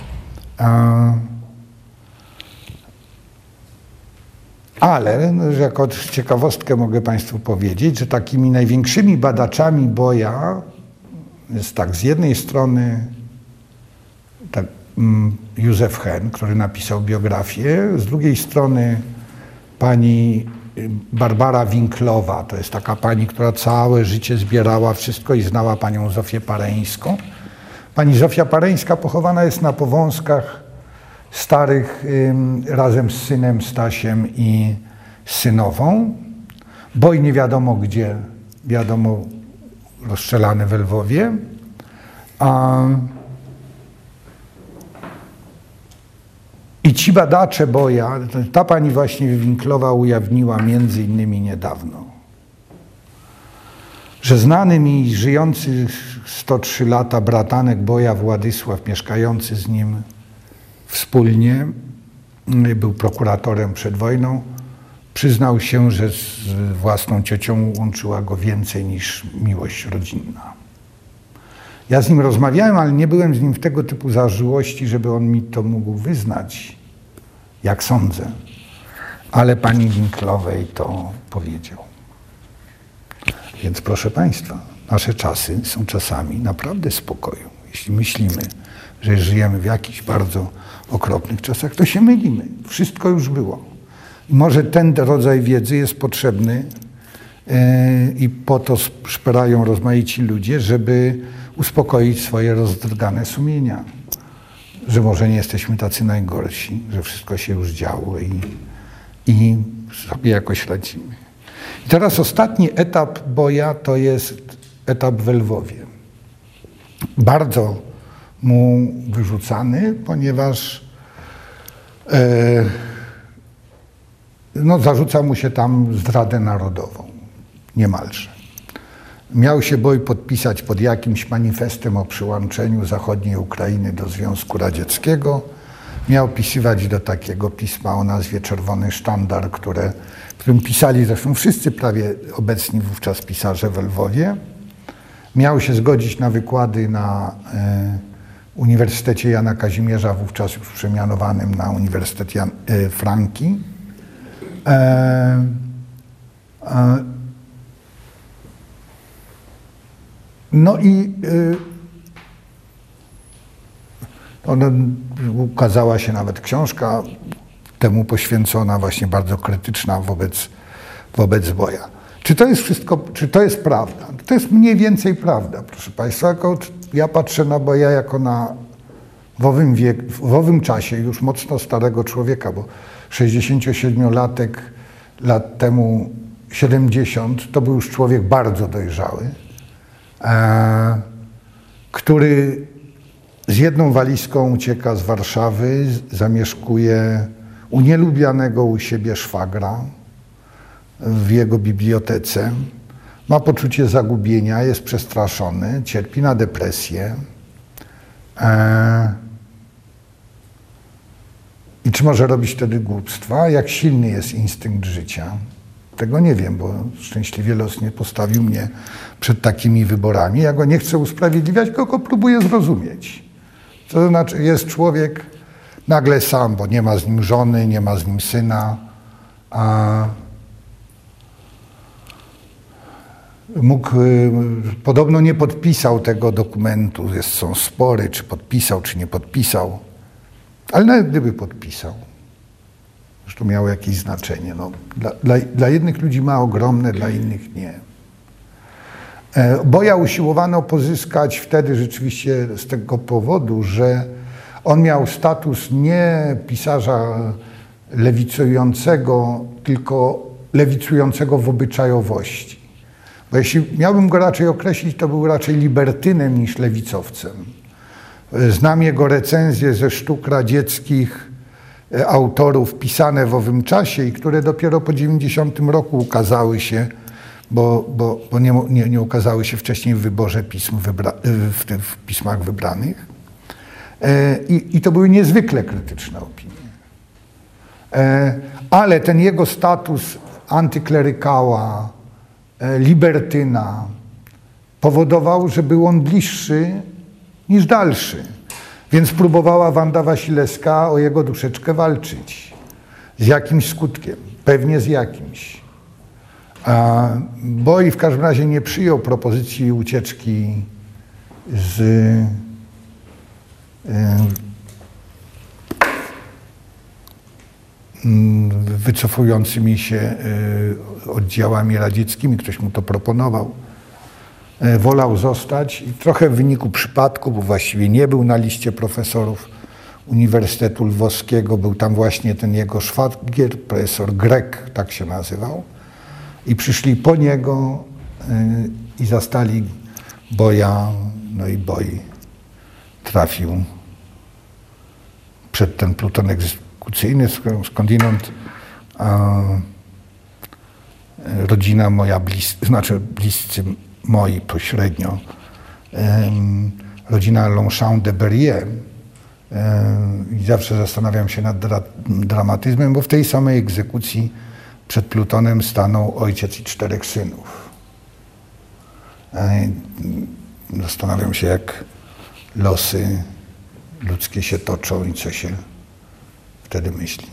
A: Ale jako ciekawostkę mogę Państwu powiedzieć, że takimi największymi badaczami boja jest tak z jednej strony tak, Józef Henn, który napisał biografię, z drugiej strony pani Barbara Winklowa, to jest taka pani, która całe życie zbierała wszystko i znała panią Zofię Pareńską. Pani Zofia Pareńska pochowana jest na Powązkach Starych razem z synem Stasiem i synową. Boj nie wiadomo gdzie, wiadomo, rozstrzelany we Lwowie. I ci badacze boja, ta pani właśnie Winklowa ujawniła między innymi niedawno, że znany mi żyjący 103 lata bratanek boja Władysław, mieszkający z nim wspólnie, był prokuratorem przed wojną, przyznał się, że z własną ciocią łączyła go więcej niż miłość rodzinna. Ja z nim rozmawiałem, ale nie byłem z nim w tego typu zażyłości, żeby on mi to mógł wyznać, jak sądzę. Ale pani Winklowej to powiedział. Więc proszę Państwa, nasze czasy są czasami naprawdę spokoju. Jeśli myślimy, że żyjemy w jakichś bardzo okropnych czasach, to się mylimy. Wszystko już było. I może ten rodzaj wiedzy jest potrzebny i po to szperają rozmaici ludzie, żeby uspokoić swoje rozdrgane sumienia. Że może nie jesteśmy tacy najgorsi, że wszystko się już działo i sobie jakoś radzimy. I teraz ostatni etap boja to jest etap w Lwowie. Bardzo mu wyrzucany, ponieważ zarzuca mu się tam zdradę narodową, niemalże. Miał się boj podpisać pod jakimś manifestem o przyłączeniu zachodniej Ukrainy do Związku Radzieckiego. Miał pisywać do takiego pisma o nazwie Czerwony Sztandar, w którym pisali zresztą wszyscy prawie obecni wówczas pisarze w Lwowie. Miał się zgodzić na wykłady na Uniwersytecie Jana Kazimierza, wówczas już przemianowanym na Uniwersytet Franki. No i ukazała się nawet książka temu poświęcona, właśnie bardzo krytyczna wobec boja. Czy to jest wszystko, czy to jest prawda? To jest mniej więcej prawda, proszę Państwa. Ja patrzę na boja jako na w owym czasie już mocno starego człowieka, bo 67-latek, lat temu 70, to był już człowiek bardzo dojrzały, który z jedną walizką ucieka z Warszawy, zamieszkuje u nielubianego u siebie szwagra w jego bibliotece. Ma poczucie zagubienia, jest przestraszony, cierpi na depresję. I czy może robić wtedy głupstwa? Jak silny jest instynkt życia? Tego nie wiem, bo szczęśliwie los nie postawił mnie przed takimi wyborami. Ja go nie chcę usprawiedliwiać, tylko go próbuję zrozumieć. To znaczy, jest człowiek nagle sam, bo nie ma z nim żony, nie ma z nim syna, a podobno nie podpisał tego dokumentu. Są spory, czy podpisał, czy nie podpisał. Ale nawet gdyby podpisał, że to miało jakieś znaczenie. No, dla jednych ludzi ma ogromne, dla innych nie. Boja usiłowano pozyskać wtedy rzeczywiście z tego powodu, że on miał status nie pisarza lewicującego, tylko lewicującego w obyczajowości. Bo jeśli miałbym go raczej określić, to był raczej libertynem niż lewicowcem. Znam jego recenzje ze sztuk radzieckich autorów pisane w owym czasie i które dopiero po 90 roku ukazały się, bo nie ukazały się wcześniej w wyborze pism w pismach wybranych. I to były niezwykle krytyczne opinie. Ale ten jego status antyklerykała, libertyna powodował, że był on bliższy niż dalszy. Więc próbowała Wanda Wasilewska o jego duszeczkę walczyć. Z jakimś skutkiem, pewnie z jakimś. Boj w każdym razie nie przyjął propozycji ucieczki z wycofującymi się oddziałami radzieckimi. Ktoś mu to proponował. Wolał zostać i trochę w wyniku przypadku, bo właściwie nie był na liście profesorów Uniwersytetu Lwowskiego, był tam właśnie ten jego szwagier, profesor Grek, tak się nazywał. I przyszli po niego i zastali Boja, no i Boj trafił przed ten pluton egzekucyjny, skądinąd rodzina moja, bliscy moi pośrednio, rodzina Longchamp de Berryer. I zawsze zastanawiam się nad dramatyzmem, bo w tej samej egzekucji przed plutonem stanął ojciec i 4 synów. Zastanawiam się, jak losy ludzkie się toczą i co się wtedy myśli.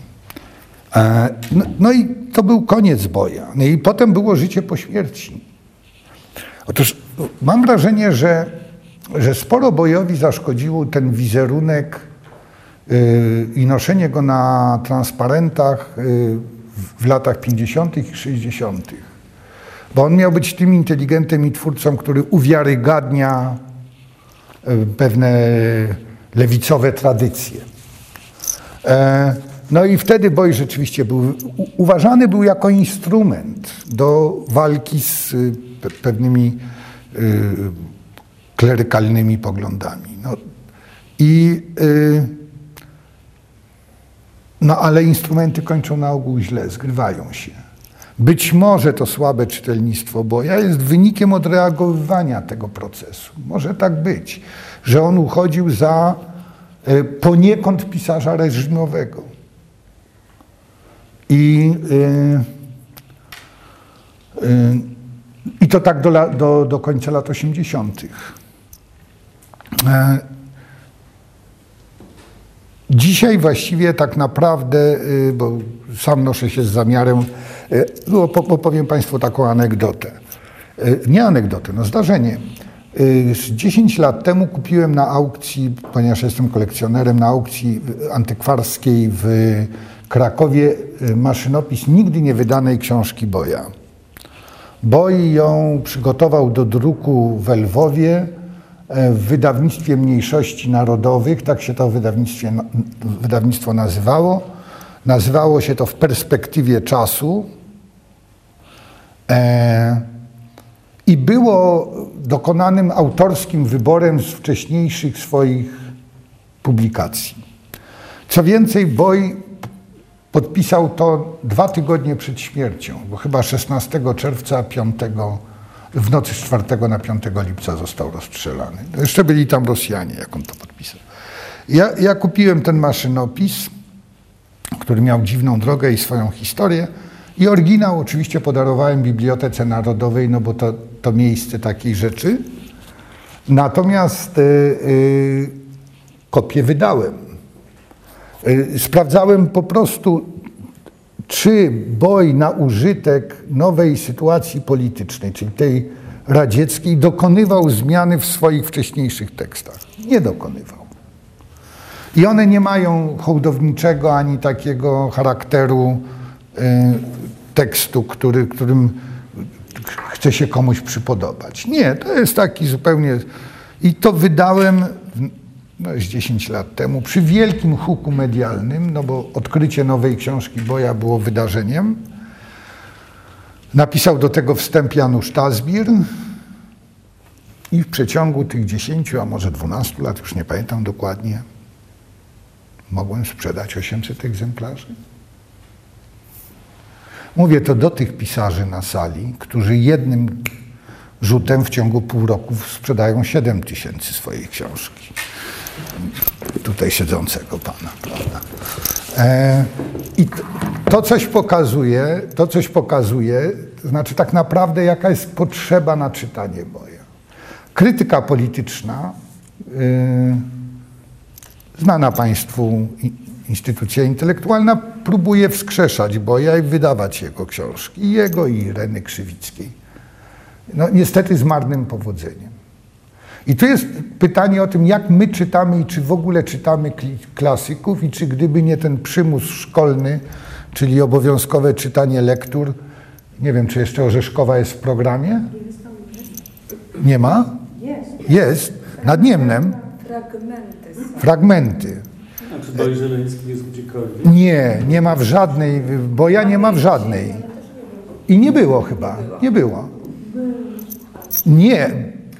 A: No i to był koniec Boja. No i potem było życie po śmierci. Otóż mam wrażenie, że sporo Bojowi zaszkodziło ten wizerunek i noszenie go na transparentach w latach 50. i 60. Bo on miał być tym inteligentem i twórcą, który uwiarygadnia pewne lewicowe tradycje. No i wtedy Boj rzeczywiście uważany był jako instrument do walki z pewnymi klerykalnymi poglądami. Ale instrumenty kończą na ogół źle, zgrywają się. Być może to słabe czytelnictwo Boja jest wynikiem odreagowywania tego procesu. Może tak być, że on uchodził za poniekąd pisarza reżimowego. I to tak do końca lat 80. Dzisiaj właściwie tak naprawdę, bo sam noszę się z zamiarem, opowiem Państwu taką anegdotę. Nie anegdotę, no zdarzenie. 10 lat temu kupiłem na aukcji, ponieważ jestem kolekcjonerem, na aukcji antykwarskiej w Krakowie maszynopis nigdy nie wydanej książki Boja. Boj ją przygotował do druku w Lwowie w wydawnictwie Mniejszości Narodowych, tak się to wydawnictwo nazywało. Nazywało się to W perspektywie czasu i było dokonanym autorskim wyborem z wcześniejszych swoich publikacji. Co więcej, Boj podpisał to 2 tygodnie przed śmiercią, bo chyba 16 czerwca, w nocy z 4 na 5 lipca został rozstrzelany. Jeszcze byli tam Rosjanie, jak on to podpisał. Ja kupiłem ten maszynopis, który miał dziwną drogę i swoją historię, i oryginał oczywiście podarowałem Bibliotece Narodowej, no bo to miejsce takiej rzeczy. Natomiast kopię wydałem. Sprawdzałem po prostu, czy Boj na użytek nowej sytuacji politycznej, czyli tej radzieckiej, dokonywał zmiany w swoich wcześniejszych tekstach. Nie dokonywał. I one nie mają hołdowniczego ani takiego charakteru tekstu, którym chce się komuś przypodobać. Nie, to jest taki zupełnie... I to wydałem, no już 10 lat temu, przy wielkim huku medialnym, no bo odkrycie nowej książki Boja było wydarzeniem. Napisał do tego wstęp Janusz Tazbir i w przeciągu tych 10, a może 12 lat, już nie pamiętam dokładnie, mogłem sprzedać 800 egzemplarzy. Mówię to do tych pisarzy na sali, którzy jednym rzutem w ciągu pół roku sprzedają 7000 swojej książki. Tutaj siedzącego pana, prawda? I to coś pokazuje, to znaczy tak naprawdę jaka jest potrzeba na czytanie Boja. Krytyka polityczna, znana państwu instytucja intelektualna, próbuje wskrzeszać Boja i wydawać jego książki, i jego, i Ireny Krzywickiej. No niestety z marnym powodzeniem. I tu jest pytanie o tym, jak my czytamy i czy w ogóle czytamy klasyków i czy gdyby nie ten przymus szkolny, czyli obowiązkowe czytanie lektur, nie wiem, czy jeszcze Orzeszkowa jest w programie? Nie ma? Jest. Nad Niemnem. Fragmenty.
B: A czy Boj Żeleński jest gdziekolwiek?
A: Nie ma w żadnej, Boja nie ma w żadnej. I nie było chyba, nie było. Nie.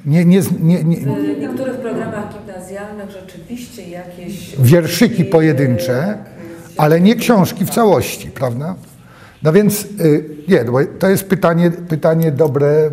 D: W niektórych programach gimnazjalnych rzeczywiście jakieś...
A: Wierszyki pojedyncze, ale nie książki w całości, prawda? No więc, nie, to jest pytanie dobre,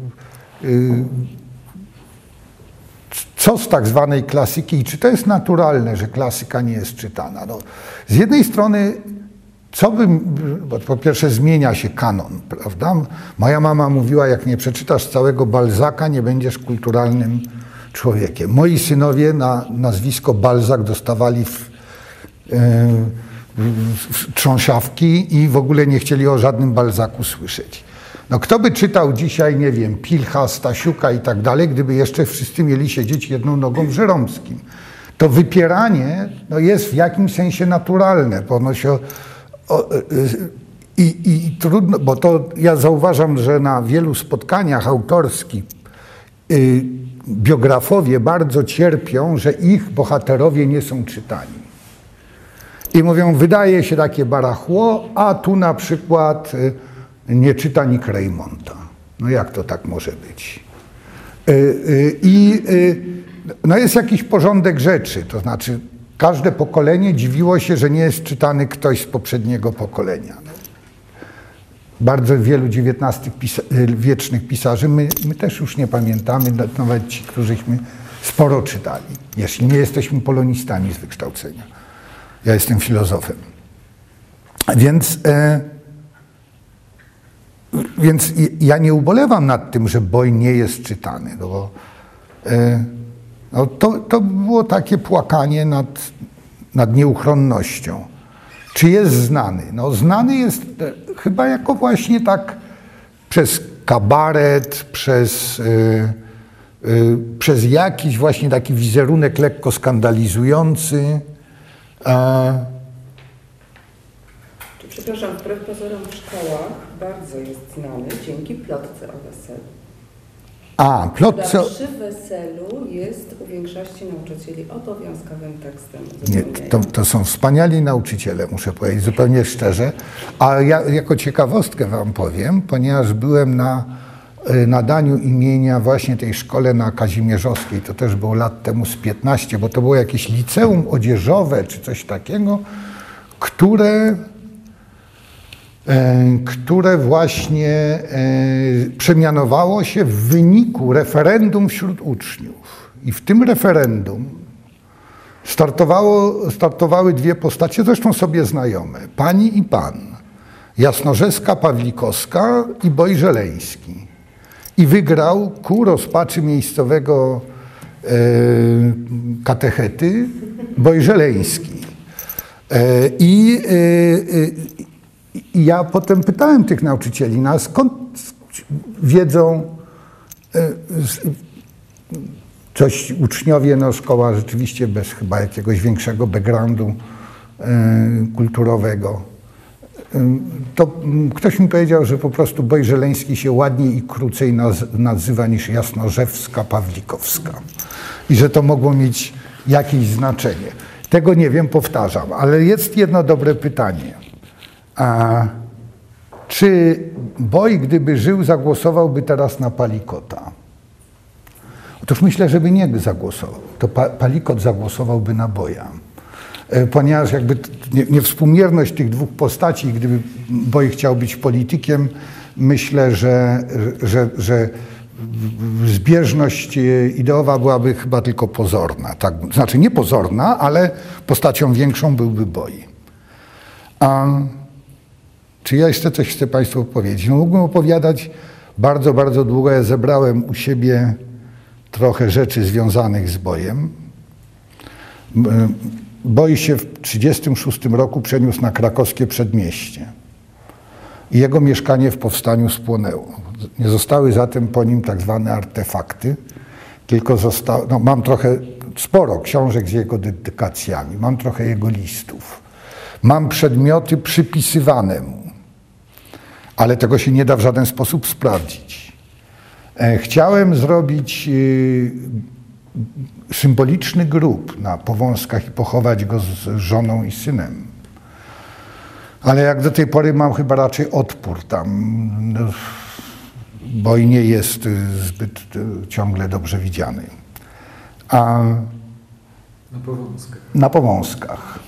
A: co z tak zwanej klasyki i czy to jest naturalne, że klasyka nie jest czytana? No, z jednej strony, bo po pierwsze zmienia się kanon, prawda? Moja mama mówiła, jak nie przeczytasz całego Balzaca, nie będziesz kulturalnym człowiekiem. Moi synowie na nazwisko Balzac dostawali w trząsiawki i w ogóle nie chcieli o żadnym Balzacu słyszeć. No kto by czytał dzisiaj, nie wiem, Pilcha, Stasiuka i tak dalej, gdyby jeszcze wszyscy mieli siedzieć jedną nogą w Żeromskim. To wypieranie no, jest w jakimś sensie naturalne, bo ono się... I trudno, bo to ja zauważam, że na wielu spotkaniach autorskich biografowie bardzo cierpią, że ich bohaterowie nie są czytani. I mówią, wydaje się takie barachło, a tu na przykład nie czyta nikt Reymonta. No jak to tak może być? No jest jakiś porządek rzeczy, to znaczy każde pokolenie dziwiło się, że nie jest czytany ktoś z poprzedniego pokolenia. Bardzo wielu XIX-wiecznych pisarzy my też już nie pamiętamy, nawet ci, którzyśmy sporo czytali, jeśli nie jesteśmy polonistami z wykształcenia. Ja jestem filozofem. Więc ja nie ubolewam nad tym, że Boj nie jest czytany, no bo no to było takie płakanie nad nieuchronnością. Czy jest znany? No znany jest chyba jako właśnie tak przez kabaret, przez jakiś właśnie taki wizerunek lekko skandalizujący.
D: Przepraszam, wbrew pozorom w szkołach bardzo jest znany dzięki plotce o weselu.
A: Plotce...
D: Przy weselu jest u większości nauczycieli obowiązkowym tekstem.
A: Nie, to są wspaniali nauczyciele, muszę powiedzieć zupełnie szczerze. A ja jako ciekawostkę wam powiem, ponieważ byłem na nadaniu imienia właśnie tej szkole na Kazimierzowskiej, to też było lat temu z 15, bo to było jakieś liceum odzieżowe czy coś takiego, które które właśnie przemianowało się w wyniku referendum wśród uczniów. I w tym referendum startowały dwie postacie, zresztą sobie znajome, pani i pan. Jasnorzewska-Pawlikowska i Boj Żeleński. I wygrał ku rozpaczy miejscowego katechety Boj Żeleński. I ja potem pytałem tych nauczycieli, no a skąd wiedzą coś uczniowie, no szkoła rzeczywiście bez chyba jakiegoś większego backgroundu kulturowego. To ktoś mi powiedział, że po prostu Boj Żeleński się ładniej i krócej nazywa niż Jasnorzewska-Pawlikowska i że to mogło mieć jakieś znaczenie. Tego nie wiem, powtarzam, ale jest jedno dobre pytanie. Czy Boj, gdyby żył, zagłosowałby teraz na Palikota? Otóż myślę, że by nie zagłosował. To Palikot zagłosowałby na Boja. Ponieważ jakby niewspółmierność tych dwóch postaci, gdyby Boj chciał być politykiem, myślę, że zbieżność ideowa byłaby chyba tylko pozorna. Tak, znaczy nie pozorna, ale postacią większą byłby Boj. Czy ja jeszcze coś chcę Państwu powiedzieć? No, mógłbym opowiadać bardzo, bardzo długo. Ja zebrałem u siebie trochę rzeczy związanych z Bojem. Boj się w 1936 roku przeniósł na krakowskie Przedmieście i jego mieszkanie w powstaniu spłonęło. Nie zostały zatem po nim tak zwane artefakty, tylko mam sporo książek z jego dedykacjami, mam trochę jego listów, mam przedmioty przypisywane mu, ale tego się nie da w żaden sposób sprawdzić. Chciałem zrobić symboliczny grób na Powązkach i pochować go z żoną i synem. Ale jak do tej pory mam chyba raczej odpór tam, bo i nie jest zbyt ciągle dobrze widziany.
B: Na Powązkach.
A: Na Powązkach.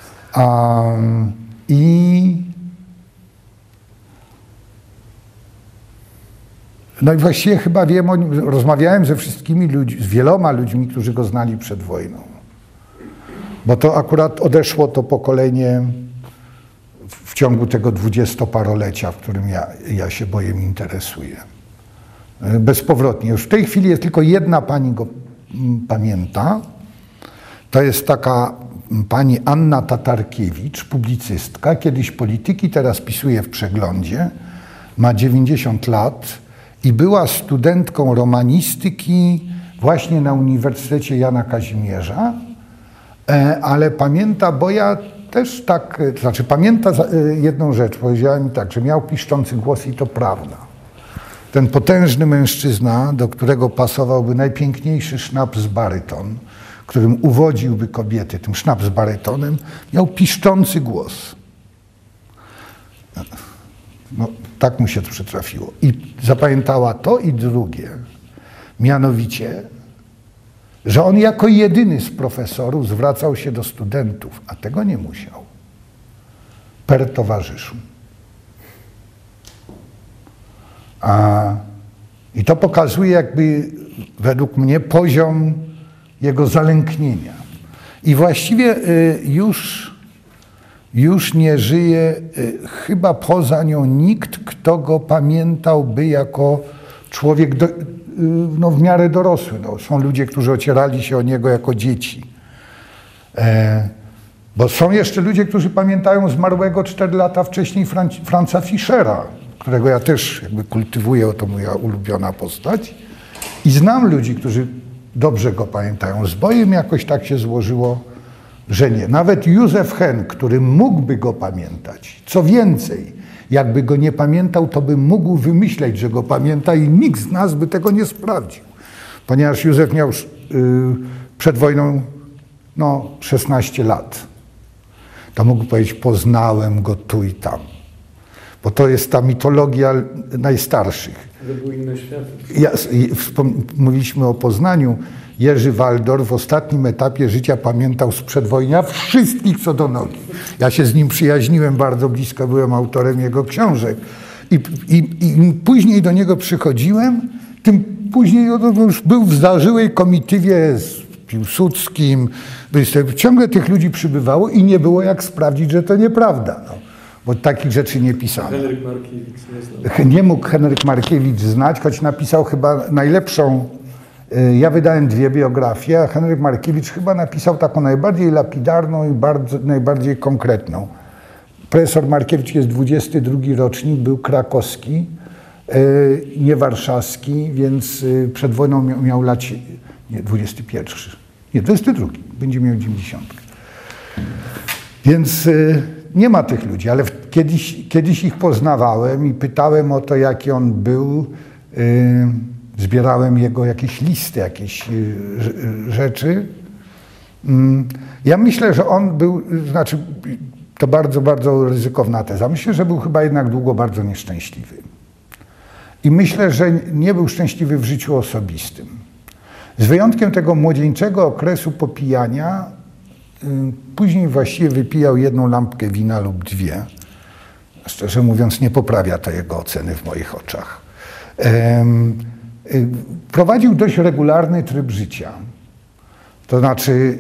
A: No i właściwie chyba wiem, rozmawiałem ze wszystkimi ludźmi, z wieloma ludźmi, którzy go znali przed wojną. Bo to akurat odeszło to pokolenie w ciągu tego 20-parolecia, w którym ja się Bojem interesuję. Bezpowrotnie. Już w tej chwili jest tylko jedna pani go pamięta. To jest taka pani Anna Tatarkiewicz, publicystka, kiedyś polityki, teraz pisuje w Przeglądzie, ma 90 lat i była studentką romanistyki właśnie na Uniwersytecie Jana Kazimierza, ale pamięta Boja też tak, to znaczy pamięta jedną rzecz, powiedziała mi tak, że miał piszczący głos i to prawda. Ten potężny mężczyzna, do którego pasowałby najpiękniejszy sznaps baryton, którym uwodziłby kobiety tym sznaps barytonem, miał piszczący głos. No, tak mu się to przytrafiło. I zapamiętała to i drugie, mianowicie, że on jako jedyny z profesorów zwracał się do studentów, a tego nie musiał, per towarzyszu. I to pokazuje jakby według mnie poziom jego zalęknienia. I właściwie już nie żyje chyba poza nią nikt, kto go pamiętałby jako człowiek w miarę dorosły. No, są ludzie, którzy ocierali się o niego jako dzieci. Bo są jeszcze ludzie, którzy pamiętają zmarłego 4 lata wcześniej Franza Fischera, którego ja też jakby kultywuję, to moja ulubiona postać. I znam ludzi, którzy dobrze go pamiętają. Z Bojem jakoś tak się złożyło, że nie. Nawet Józef Henn, który mógłby go pamiętać. Co więcej, jakby go nie pamiętał, to by mógł wymyśleć, że go pamięta i nikt z nas by tego nie sprawdził. Ponieważ Józef miał przed wojną 16 lat. To mógł powiedzieć, poznałem go tu i tam. bo to jest ta mitologia najstarszych.
B: To były inne światy.
A: Mówiliśmy o Poznaniu. Jerzy Waldor w ostatnim etapie życia pamiętał z przedwojnia wszystkich co do nogi. Ja się z nim przyjaźniłem bardzo blisko, byłem autorem jego książek. Im później do niego przychodziłem, tym później on już był w zażyłej komitywie z Piłsudskim. Ciągle tych ludzi przybywało i nie było jak sprawdzić, że to nieprawda. No, bo takich rzeczy nie pisano.
B: Henryk Markiewicz nie znał.
A: Nie mógł Henryk Markiewicz znać, choć napisał chyba najlepszą. Ja wydałem 2 biografie, a Henryk Markiewicz chyba napisał taką najbardziej lapidarną i najbardziej konkretną. Profesor Markiewicz jest 22 rocznik, był krakowski, nie warszawski, więc przed wojną miał lat, nie, 21, nie, 22, będzie miał 90. Więc nie ma tych ludzi, ale kiedyś ich poznawałem i pytałem o to, jaki on był. Zbierałem jego jakieś listy, jakieś rzeczy. Ja myślę, że on był, znaczy to bardzo, bardzo ryzykowna teza. Myślę, że był chyba jednak długo bardzo nieszczęśliwy. I myślę, że nie był szczęśliwy w życiu osobistym. Z wyjątkiem tego młodzieńczego okresu popijania, później właściwie wypijał 1 lampkę wina lub 2. Szczerze mówiąc, nie poprawia to jego oceny w moich oczach. Prowadził dość regularny tryb życia. To znaczy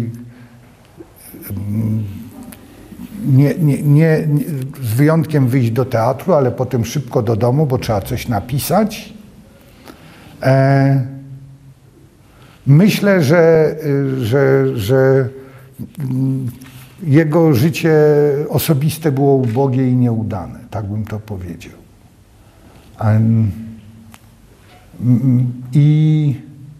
A: z wyjątkiem wyjść do teatru, ale potem szybko do domu, bo trzeba coś napisać. Myślę, że jego życie osobiste było ubogie i nieudane, tak bym to powiedział. I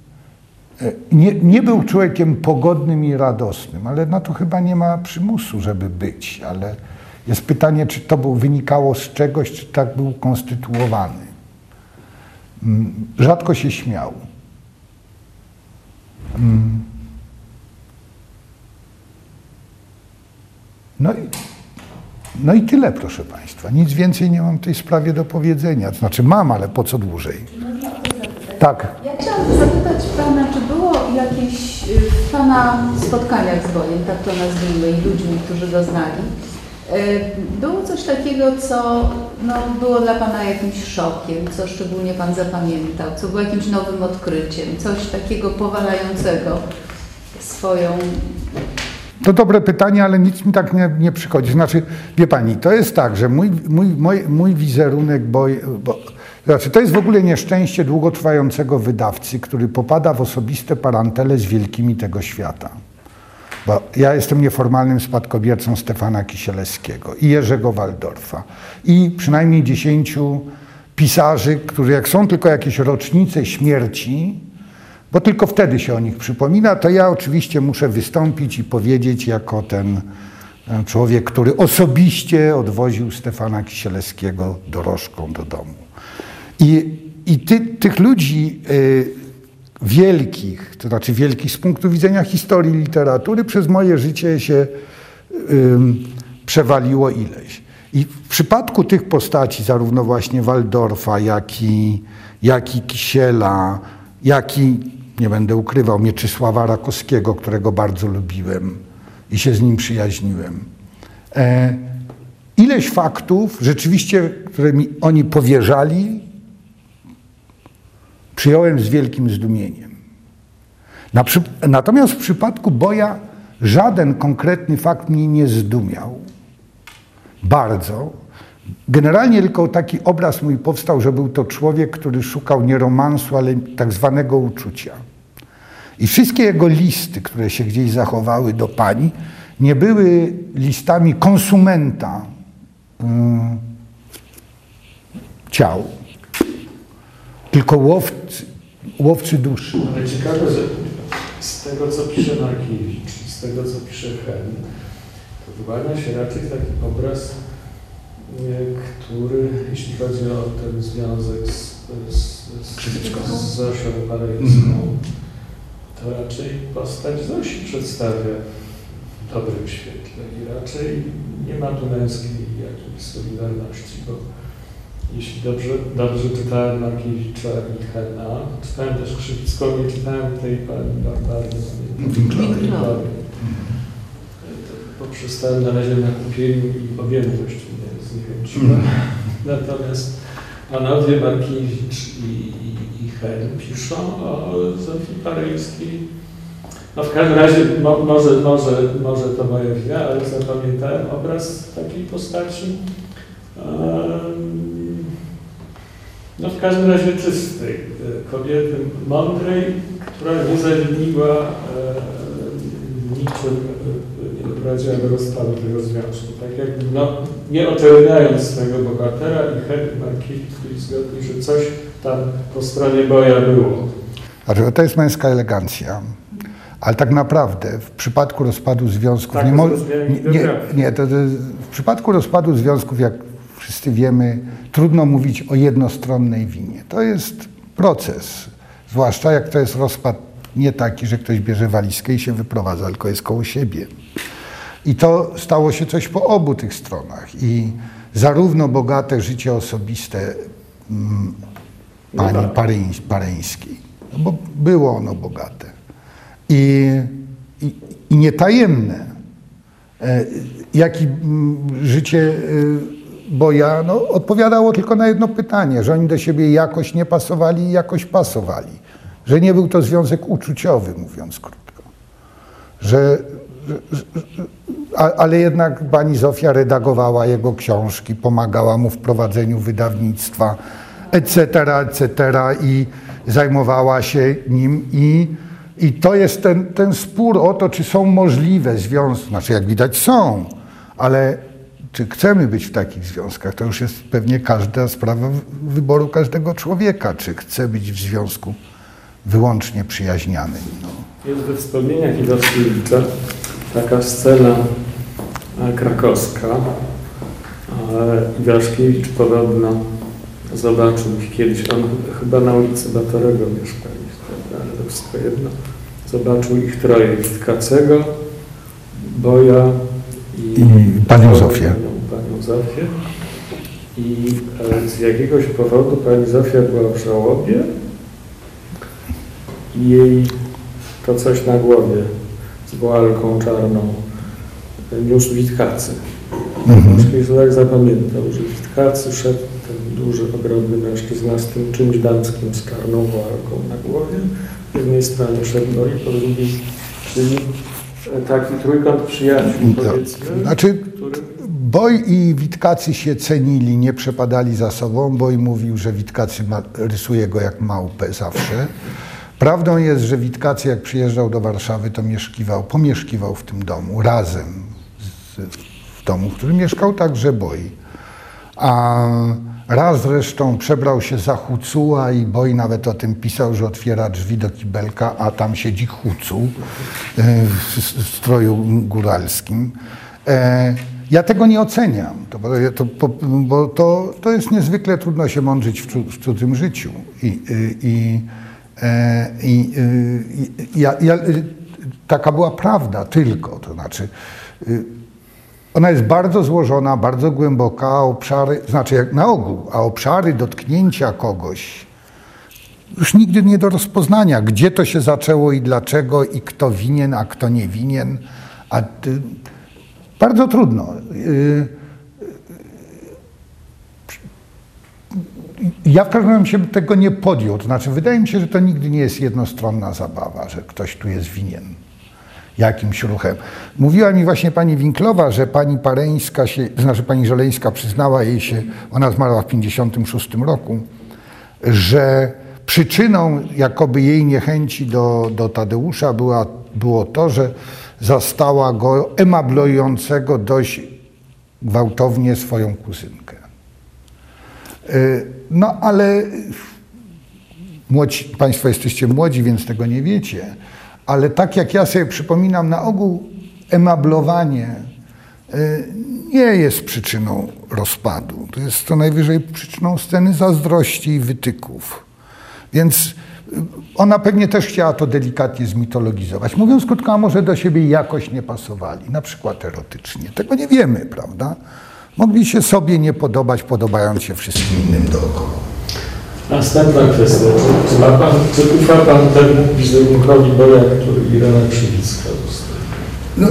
A: nie był człowiekiem pogodnym i radosnym, ale na to chyba nie ma przymusu, żeby być. Ale jest pytanie, czy to wynikało z czegoś, czy tak był konstytuowany. Rzadko się śmiał. No i tyle, proszę Państwa. Nic więcej nie mam w tej sprawie do powiedzenia. To znaczy mam, ale po co dłużej? Tak.
E: Ja chciałam zapytać Pana, czy było jakieś w Pana spotkaniach z bojem, tak to nazwijmy, i ludźmi, którzy go znali, było coś takiego, co było dla Pana jakimś szokiem, co szczególnie Pan zapamiętał, co było jakimś nowym odkryciem, coś takiego powalającego swoją...
A: To dobre pytanie, ale nic mi tak nie przychodzi. Znaczy, wie Pani, to jest tak, że mój wizerunek znaczy, to jest w ogóle nieszczęście długotrwającego wydawcy, który popada w osobiste parantele z wielkimi tego świata. Bo ja jestem nieformalnym spadkobiercą Stefana Kisielewskiego i Jerzego Waldorfa i przynajmniej 10 pisarzy, którzy jak są tylko jakieś rocznice śmierci, bo tylko wtedy się o nich przypomina, to ja oczywiście muszę wystąpić i powiedzieć jako ten człowiek, który osobiście odwoził Stefana Kisielewskiego dorożką do domu. I tych ludzi wielkich, to znaczy wielkich z punktu widzenia historii literatury, przez moje życie się przewaliło ileś. I w przypadku tych postaci, zarówno właśnie Waldorfa, jak i Kisiela, jak i, nie będę ukrywał, Mieczysława Rakowskiego, którego bardzo lubiłem i się z nim przyjaźniłem. Ileś faktów rzeczywiście, które mi oni powierzali, przyjąłem z wielkim zdumieniem. Natomiast w przypadku Boja żaden konkretny fakt mnie nie zdumiał. Bardzo. Generalnie tylko taki obraz mój powstał, że był to człowiek, który szukał nie romansu, ale tak zwanego uczucia. I wszystkie jego listy, które się gdzieś zachowały do pani, nie były listami konsumenta ciał, tylko łowcy duszy.
B: Ale ciekawe, że z tego, co pisze Markiewicz, z tego, co pisze Hen, to wyłania się raczej taki obraz, który, jeśli chodzi o ten związek z Zosią Parejską, to raczej postać Zosi przedstawia w dobrym świetle i raczej nie ma tu męskiej jakiejś Solidarności, bo jeśli dobrze czytałem Markiewicza i Hena, czytałem też Krzywicką, nie czytałem tej pani Barbary Winklowej. Poprzestałem na razie na kupieniu i objętość mnie zniechęciła. Natomiast panowie Markiewicz i Hen piszą o Zofii Paryńskiej. No w każdym razie, może to moja wina, ale zapamiętałem obraz takiej postaci, no w każdym razie czystej, kobiety mądrej, która nie zawiniła niczym, nie doprowadziła do rozpadu tego związku. Tak jak, no, nie oczerniając swojego bohatera i Hen i Markiewicz byli zgodni, że coś tam po stronie boja było.
A: Znaczy, to jest męska elegancja. Ale tak naprawdę w przypadku rozpadu związków
B: Tak,
A: w przypadku rozpadu związków, jak wszyscy wiemy, trudno mówić o jednostronnej winie. To jest proces, zwłaszcza jak to jest rozpad nie taki, że ktoś bierze walizkę i się wyprowadza, tylko jest koło siebie. I to stało się coś po obu tych stronach. I zarówno bogate życie osobiste pani Paryńskiej, no bo było ono bogate, i nietajemne, jak i życie Boja, no, odpowiadało tylko na jedno pytanie, że oni do siebie jakoś nie pasowali i jakoś pasowali. Że nie był to związek uczuciowy, mówiąc krótko. Ale jednak pani Zofia redagowała jego książki, pomagała mu w prowadzeniu wydawnictwa, etc., i zajmowała się nim. I to jest ten spór o to, czy są możliwe związki. Znaczy, jak widać, są, ale czy chcemy być w takich związkach, to już jest pewnie każda sprawa wyboru każdego człowieka, czy chce być w związku wyłącznie przyjaźnianym. No.
B: Jest we wspomnieniach Iwaszkiewicza taka scena krakowska. Iwaszkiewicz podobno zobaczył ich kiedyś, on chyba na ulicy Batorego mieszkał, ale to wszystko jedno. Zobaczył ich troje, Witkacego, Boja i
A: panią Zofię.
B: I z jakiegoś powodu pani Zofia była w żałobie i jej to coś na głowie z woalką czarną niósł Witkacy. Kiedyś tak zapamiętał, że Witkacy szedł ten duży, ogromny mężczyzna z tym czymś damskim z czarną woalką na głowie. Z jednej strony szedł Boj, po drugiej, czyli taki trójkąt przyjaciół, powiedzmy.
A: Znaczy, Boj i Witkacy się cenili, nie przepadali za sobą. Boj mówił, że Witkacy rysuje go jak małpę zawsze. Prawdą jest, że Witkacy, jak przyjeżdżał do Warszawy, to pomieszkiwał w tym domu, razem w domu, w którym mieszkał także Boj. A raz zresztą przebrał się za Hucuła i Boj nawet o tym pisał, że otwiera drzwi do kibelka, a tam siedzi Hucuł w stroju góralskim. Ja tego nie oceniam, bo to jest niezwykle trudno się mądrzyć w cudzym życiu. Taka była prawda tylko, to znaczy ona jest bardzo złożona, bardzo głęboka, a obszary, znaczy jak na ogół, a obszary dotknięcia kogoś już nigdy nie do rozpoznania, gdzie to się zaczęło i dlaczego, i kto winien, a kto nie winien, bardzo trudno. Ja w każdym razie tego nie podjął, to znaczy wydaje mi się, że to nigdy nie jest jednostronna zabawa, że ktoś tu jest winien jakimś ruchem. Mówiła mi właśnie pani Winklowa, że pani Paryńska pani Żeleńska przyznała jej się, ona zmarła w 1956 roku, że przyczyną jakoby jej niechęci do Tadeusza było to, że zastała go emablującego dość gwałtownie swoją kuzynkę. No ale Państwo jesteście młodzi, więc tego nie wiecie, ale tak jak ja sobie przypominam, na ogół emablowanie nie jest przyczyną rozpadu. To jest co najwyżej przyczyną sceny zazdrości i wytyków. Więc ona pewnie też chciała to delikatnie zmitologizować. Mówiąc krótko, a może do siebie jakoś nie pasowali, na przykład erotycznie. Tego nie wiemy, prawda? Mogli się sobie nie podobać, podobając się wszystkim innym dookoła.
B: Następna kwestia. Czy ufa pan temu wizerunkowi boja, który Irena Krzywicka zostawiła?
A: No,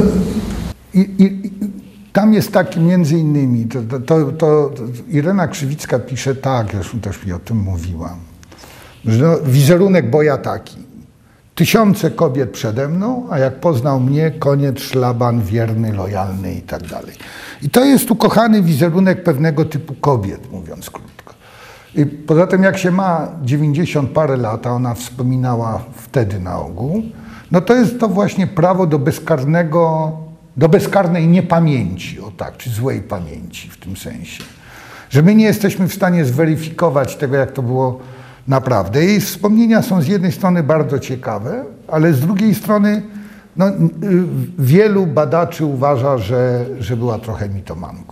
A: tam jest taki między innymi, to Irena Krzywicka pisze tak, zresztą też mi o tym mówiła, że no, wizerunek boja taki. 1000 kobiet przede mną, a jak poznał mnie, koniec, szlaban, wierny, lojalny i tak dalej. I to jest ukochany wizerunek pewnego typu kobiet, mówiąc krótko. I poza tym, jak się ma 90 parę lat, a ona wspominała wtedy na ogół, no to jest to właśnie prawo do bezkarnej niepamięci, o tak, czy złej pamięci w tym sensie. Że my nie jesteśmy w stanie zweryfikować tego, jak to było naprawdę. Jej wspomnienia są z jednej strony bardzo ciekawe, ale z drugiej strony no, wielu badaczy uważa, że była trochę mitomanką.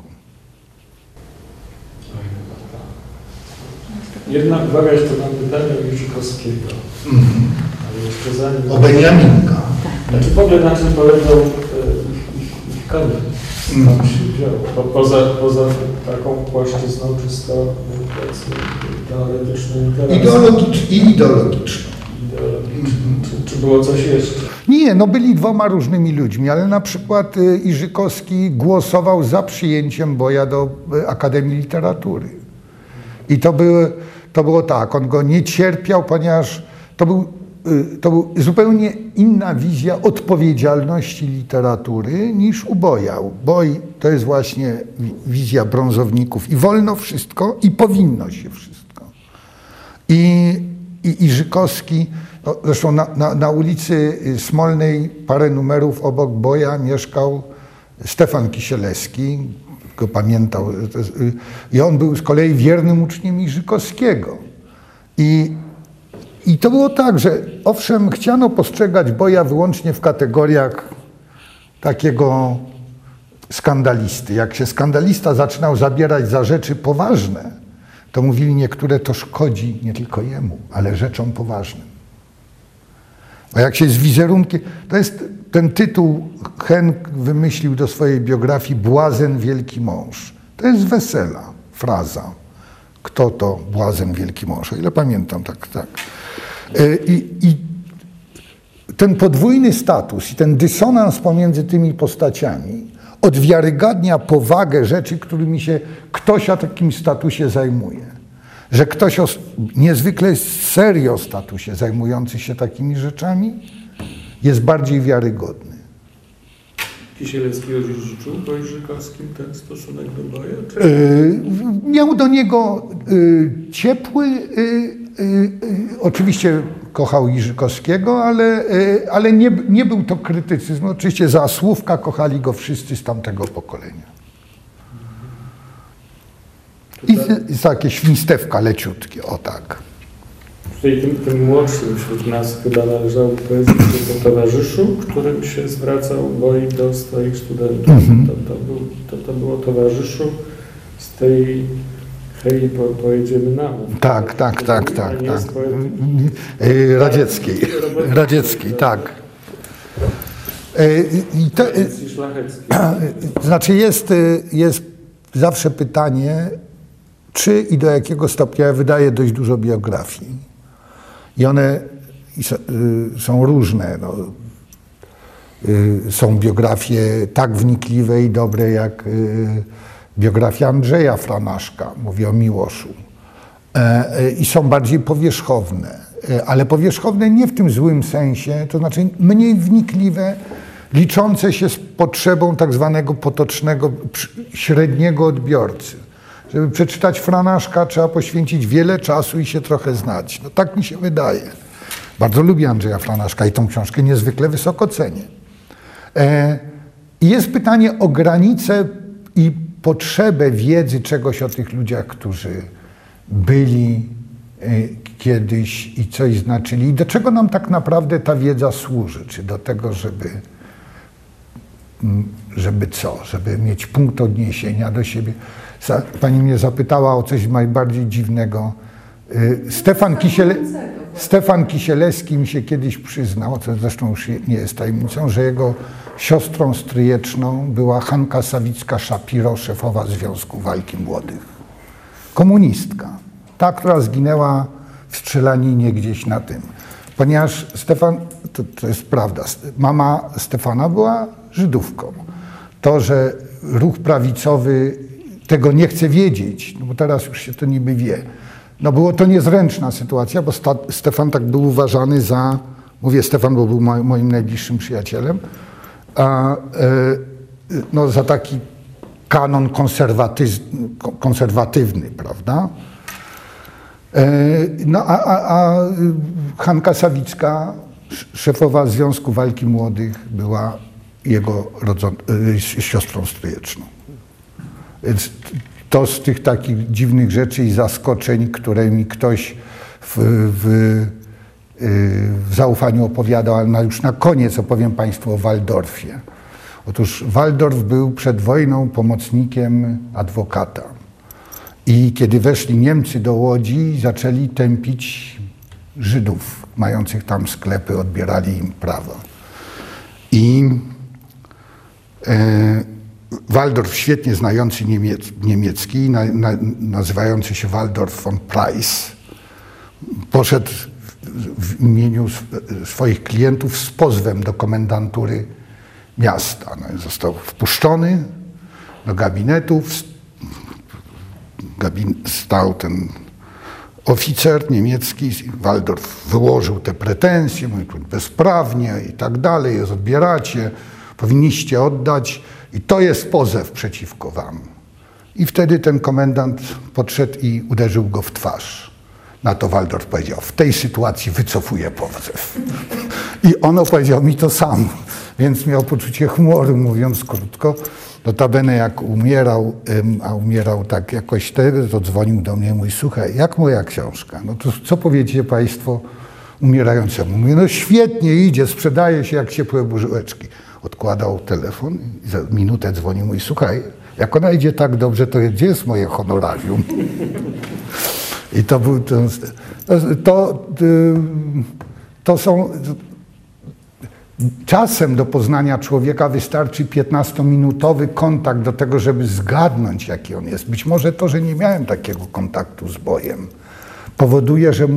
B: Jedna uwaga jeszcze na pytanie Jerzykowskiego. Ale jeszcze zanim...
A: O Beniaminka.
B: Znaczy w ogóle na czym polegał koniec. Tam się wziął. Poza taką płaszczyzną czysto teoretyczną i
A: Ideologiczną.
B: Czy było coś jeszcze?
A: Nie, no byli dwoma różnymi ludźmi, ale na przykład Jerzykowski głosował za przyjęciem boja do Akademii Literatury. I to było tak, on go nie cierpiał, ponieważ to był zupełnie inna wizja odpowiedzialności literatury niż u Boja. Boj to jest właśnie wizja brązowników i wolno wszystko i powinno się wszystko. I Jerzykowski, no, zresztą na ulicy Smolnej parę numerów obok Boja mieszkał Stefan Kisielewski, go pamiętał, i on był z kolei wiernym uczniem Jerzykowskiego. I to było tak, że owszem, chciano postrzegać Boja wyłącznie w kategoriach takiego skandalisty. Jak się skandalista zaczynał zabierać za rzeczy poważne, to mówili niektóre, to szkodzi nie tylko jemu, ale rzeczom poważnym. Bo jak się z wizerunkiem... To jest ten tytuł Henk wymyślił do swojej biografii Błazen, wielki mąż. To jest Wesela, fraza. Kto to błazen, wielki mąż? O ile pamiętam, tak. I ten podwójny status i ten dysonans pomiędzy tymi postaciami odwiarygadnia powagę rzeczy, którymi się ktoś o takim statusie zajmuje. Że ktoś o niezwykle serio statusie zajmujący się takimi rzeczami jest bardziej wiarygodny.
B: Kisielewski odziedziczył po Jerzykowskim ten stosunek do Boja?
A: Miał do niego ciepły, oczywiście kochał Jerzykowskiego, ale nie był to krytycyzm. Oczywiście za słówka kochali go wszyscy z tamtego pokolenia. I takie świństewka leciutkie, o tak.
B: Tutaj tym młodszym wśród nas chyba należało powiedzieć o towarzyszu, którym się zwracał Boj do swoich studentów. To było towarzyszu z tej hej, pojedziemy na mów. Tak. Radzieckiej, tak. Znaczy jest zawsze pytanie, czy i do jakiego stopnia wydaje dość dużo biografii. I one są różne. No. Są biografie tak wnikliwe i dobre jak biografia Andrzeja Franaszka, mówię o Miłoszu. I są bardziej powierzchowne, ale powierzchowne nie w tym złym sensie, to znaczy mniej wnikliwe, liczące się z potrzebą tak zwanego potocznego, średniego odbiorcy. Żeby przeczytać Franaszka, trzeba poświęcić wiele czasu i się trochę znać. No tak mi się wydaje. Bardzo lubię Andrzeja Franaszka i tą książkę niezwykle wysoko cenię. I jest pytanie o granicę i potrzebę wiedzy czegoś o tych ludziach, którzy byli kiedyś i coś znaczyli. I do czego nam tak naprawdę ta wiedza służy? Czy do tego, żeby co? Żeby mieć punkt odniesienia do siebie? Pani mnie zapytała o coś najbardziej dziwnego. Stefan Kisielewski.
A: Stefan Kisielewski mi się kiedyś przyznał, co zresztą już nie jest tajemnicą, że jego siostrą stryjeczną była Hanka Sawicka-Szapiro, szefowa Związku Walki Młodych. Komunistka. Ta, która zginęła w strzelaninie gdzieś na tym. Ponieważ Stefan, to jest prawda, mama Stefana była Żydówką. To, że ruch prawicowy tego nie chce wiedzieć, no bo teraz już się to niby wie. No było to niezręczna sytuacja, bo Stefan tak był uważany za, mówię Stefan, bo był moim najbliższym przyjacielem, no za taki kanon konserwatywny, prawda? No a Hanka Sawicka, szefowa Związku Walki Młodych, była jego siostrą stryjeczną. Więc to z tych takich dziwnych rzeczy i zaskoczeń, które mi ktoś w zaufaniu opowiadał, ale już na koniec opowiem Państwu o Waldorfie. Otóż Waldorf był przed wojną pomocnikiem adwokata. I kiedy weszli Niemcy do Łodzi, zaczęli tępić Żydów mających tam sklepy, odbierali im prawa. I Waldorf, świetnie znający niemiecki, nazywający się Waldorf von Preiss, poszedł w imieniu swoich klientów z pozwem do komendantury miasta. No, został wpuszczony do gabinetu, stał ten oficer niemiecki, Waldorf wyłożył te pretensje, mówił, bezprawnie i tak dalej, odbieracie, powinniście oddać i to jest pozew przeciwko wam. I wtedy ten komendant podszedł i uderzył go w twarz. Na to Waldorf powiedział, w tej sytuacji wycofuję pozew. I on opowiedział mi to sam, więc miał poczucie humoru, mówiąc krótko. Notabene jak umierał, a umierał tak jakoś wtedy, to dzwonił do mnie i mówi, słuchaj, jak moja książka? No to co powiecie Państwo umierającemu? Mówię, no świetnie idzie, sprzedaje się jak ciepłe bułeczki. Odkładał telefon i za minutę dzwonił i słuchaj, jak ona idzie tak dobrze, to gdzie jest moje honorarium? I to był to są... Czasem do poznania człowieka wystarczy 15-minutowy kontakt do tego, żeby zgadnąć, jaki on jest. Być może to, że nie miałem takiego kontaktu z Bojem, powoduje, że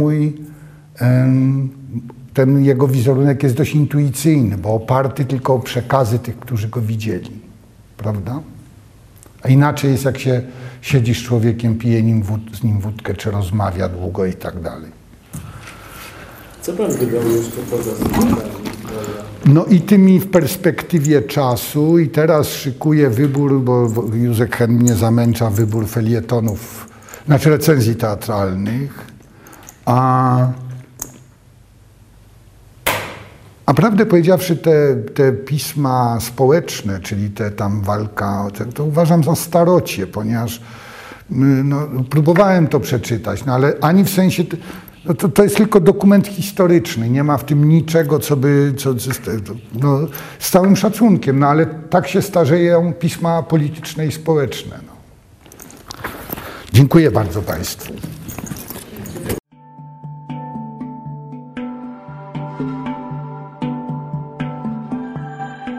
A: ten jego wizerunek jest dość intuicyjny, bo oparty tylko o przekazy tych, którzy go widzieli. Prawda? A inaczej jest, jak się siedzi z człowiekiem, pije z nim wódkę, czy rozmawia długo i tak dalej.
B: Co pan wydał jeszcze poza spotkaniami?
A: No i tymi w perspektywie czasu i teraz szykuję wybór, bo Józef Hen mnie zamęcza, wybór felietonów, znaczy recenzji teatralnych, a prawdę powiedziawszy te pisma społeczne, czyli te tam walka, to uważam za starocie, ponieważ no, próbowałem to przeczytać, no ale ani w sensie... No to jest tylko dokument historyczny, nie ma w tym niczego, no, z całym szacunkiem, no ale tak się starzeją pisma polityczne i społeczne. No. Dziękuję bardzo Państwu.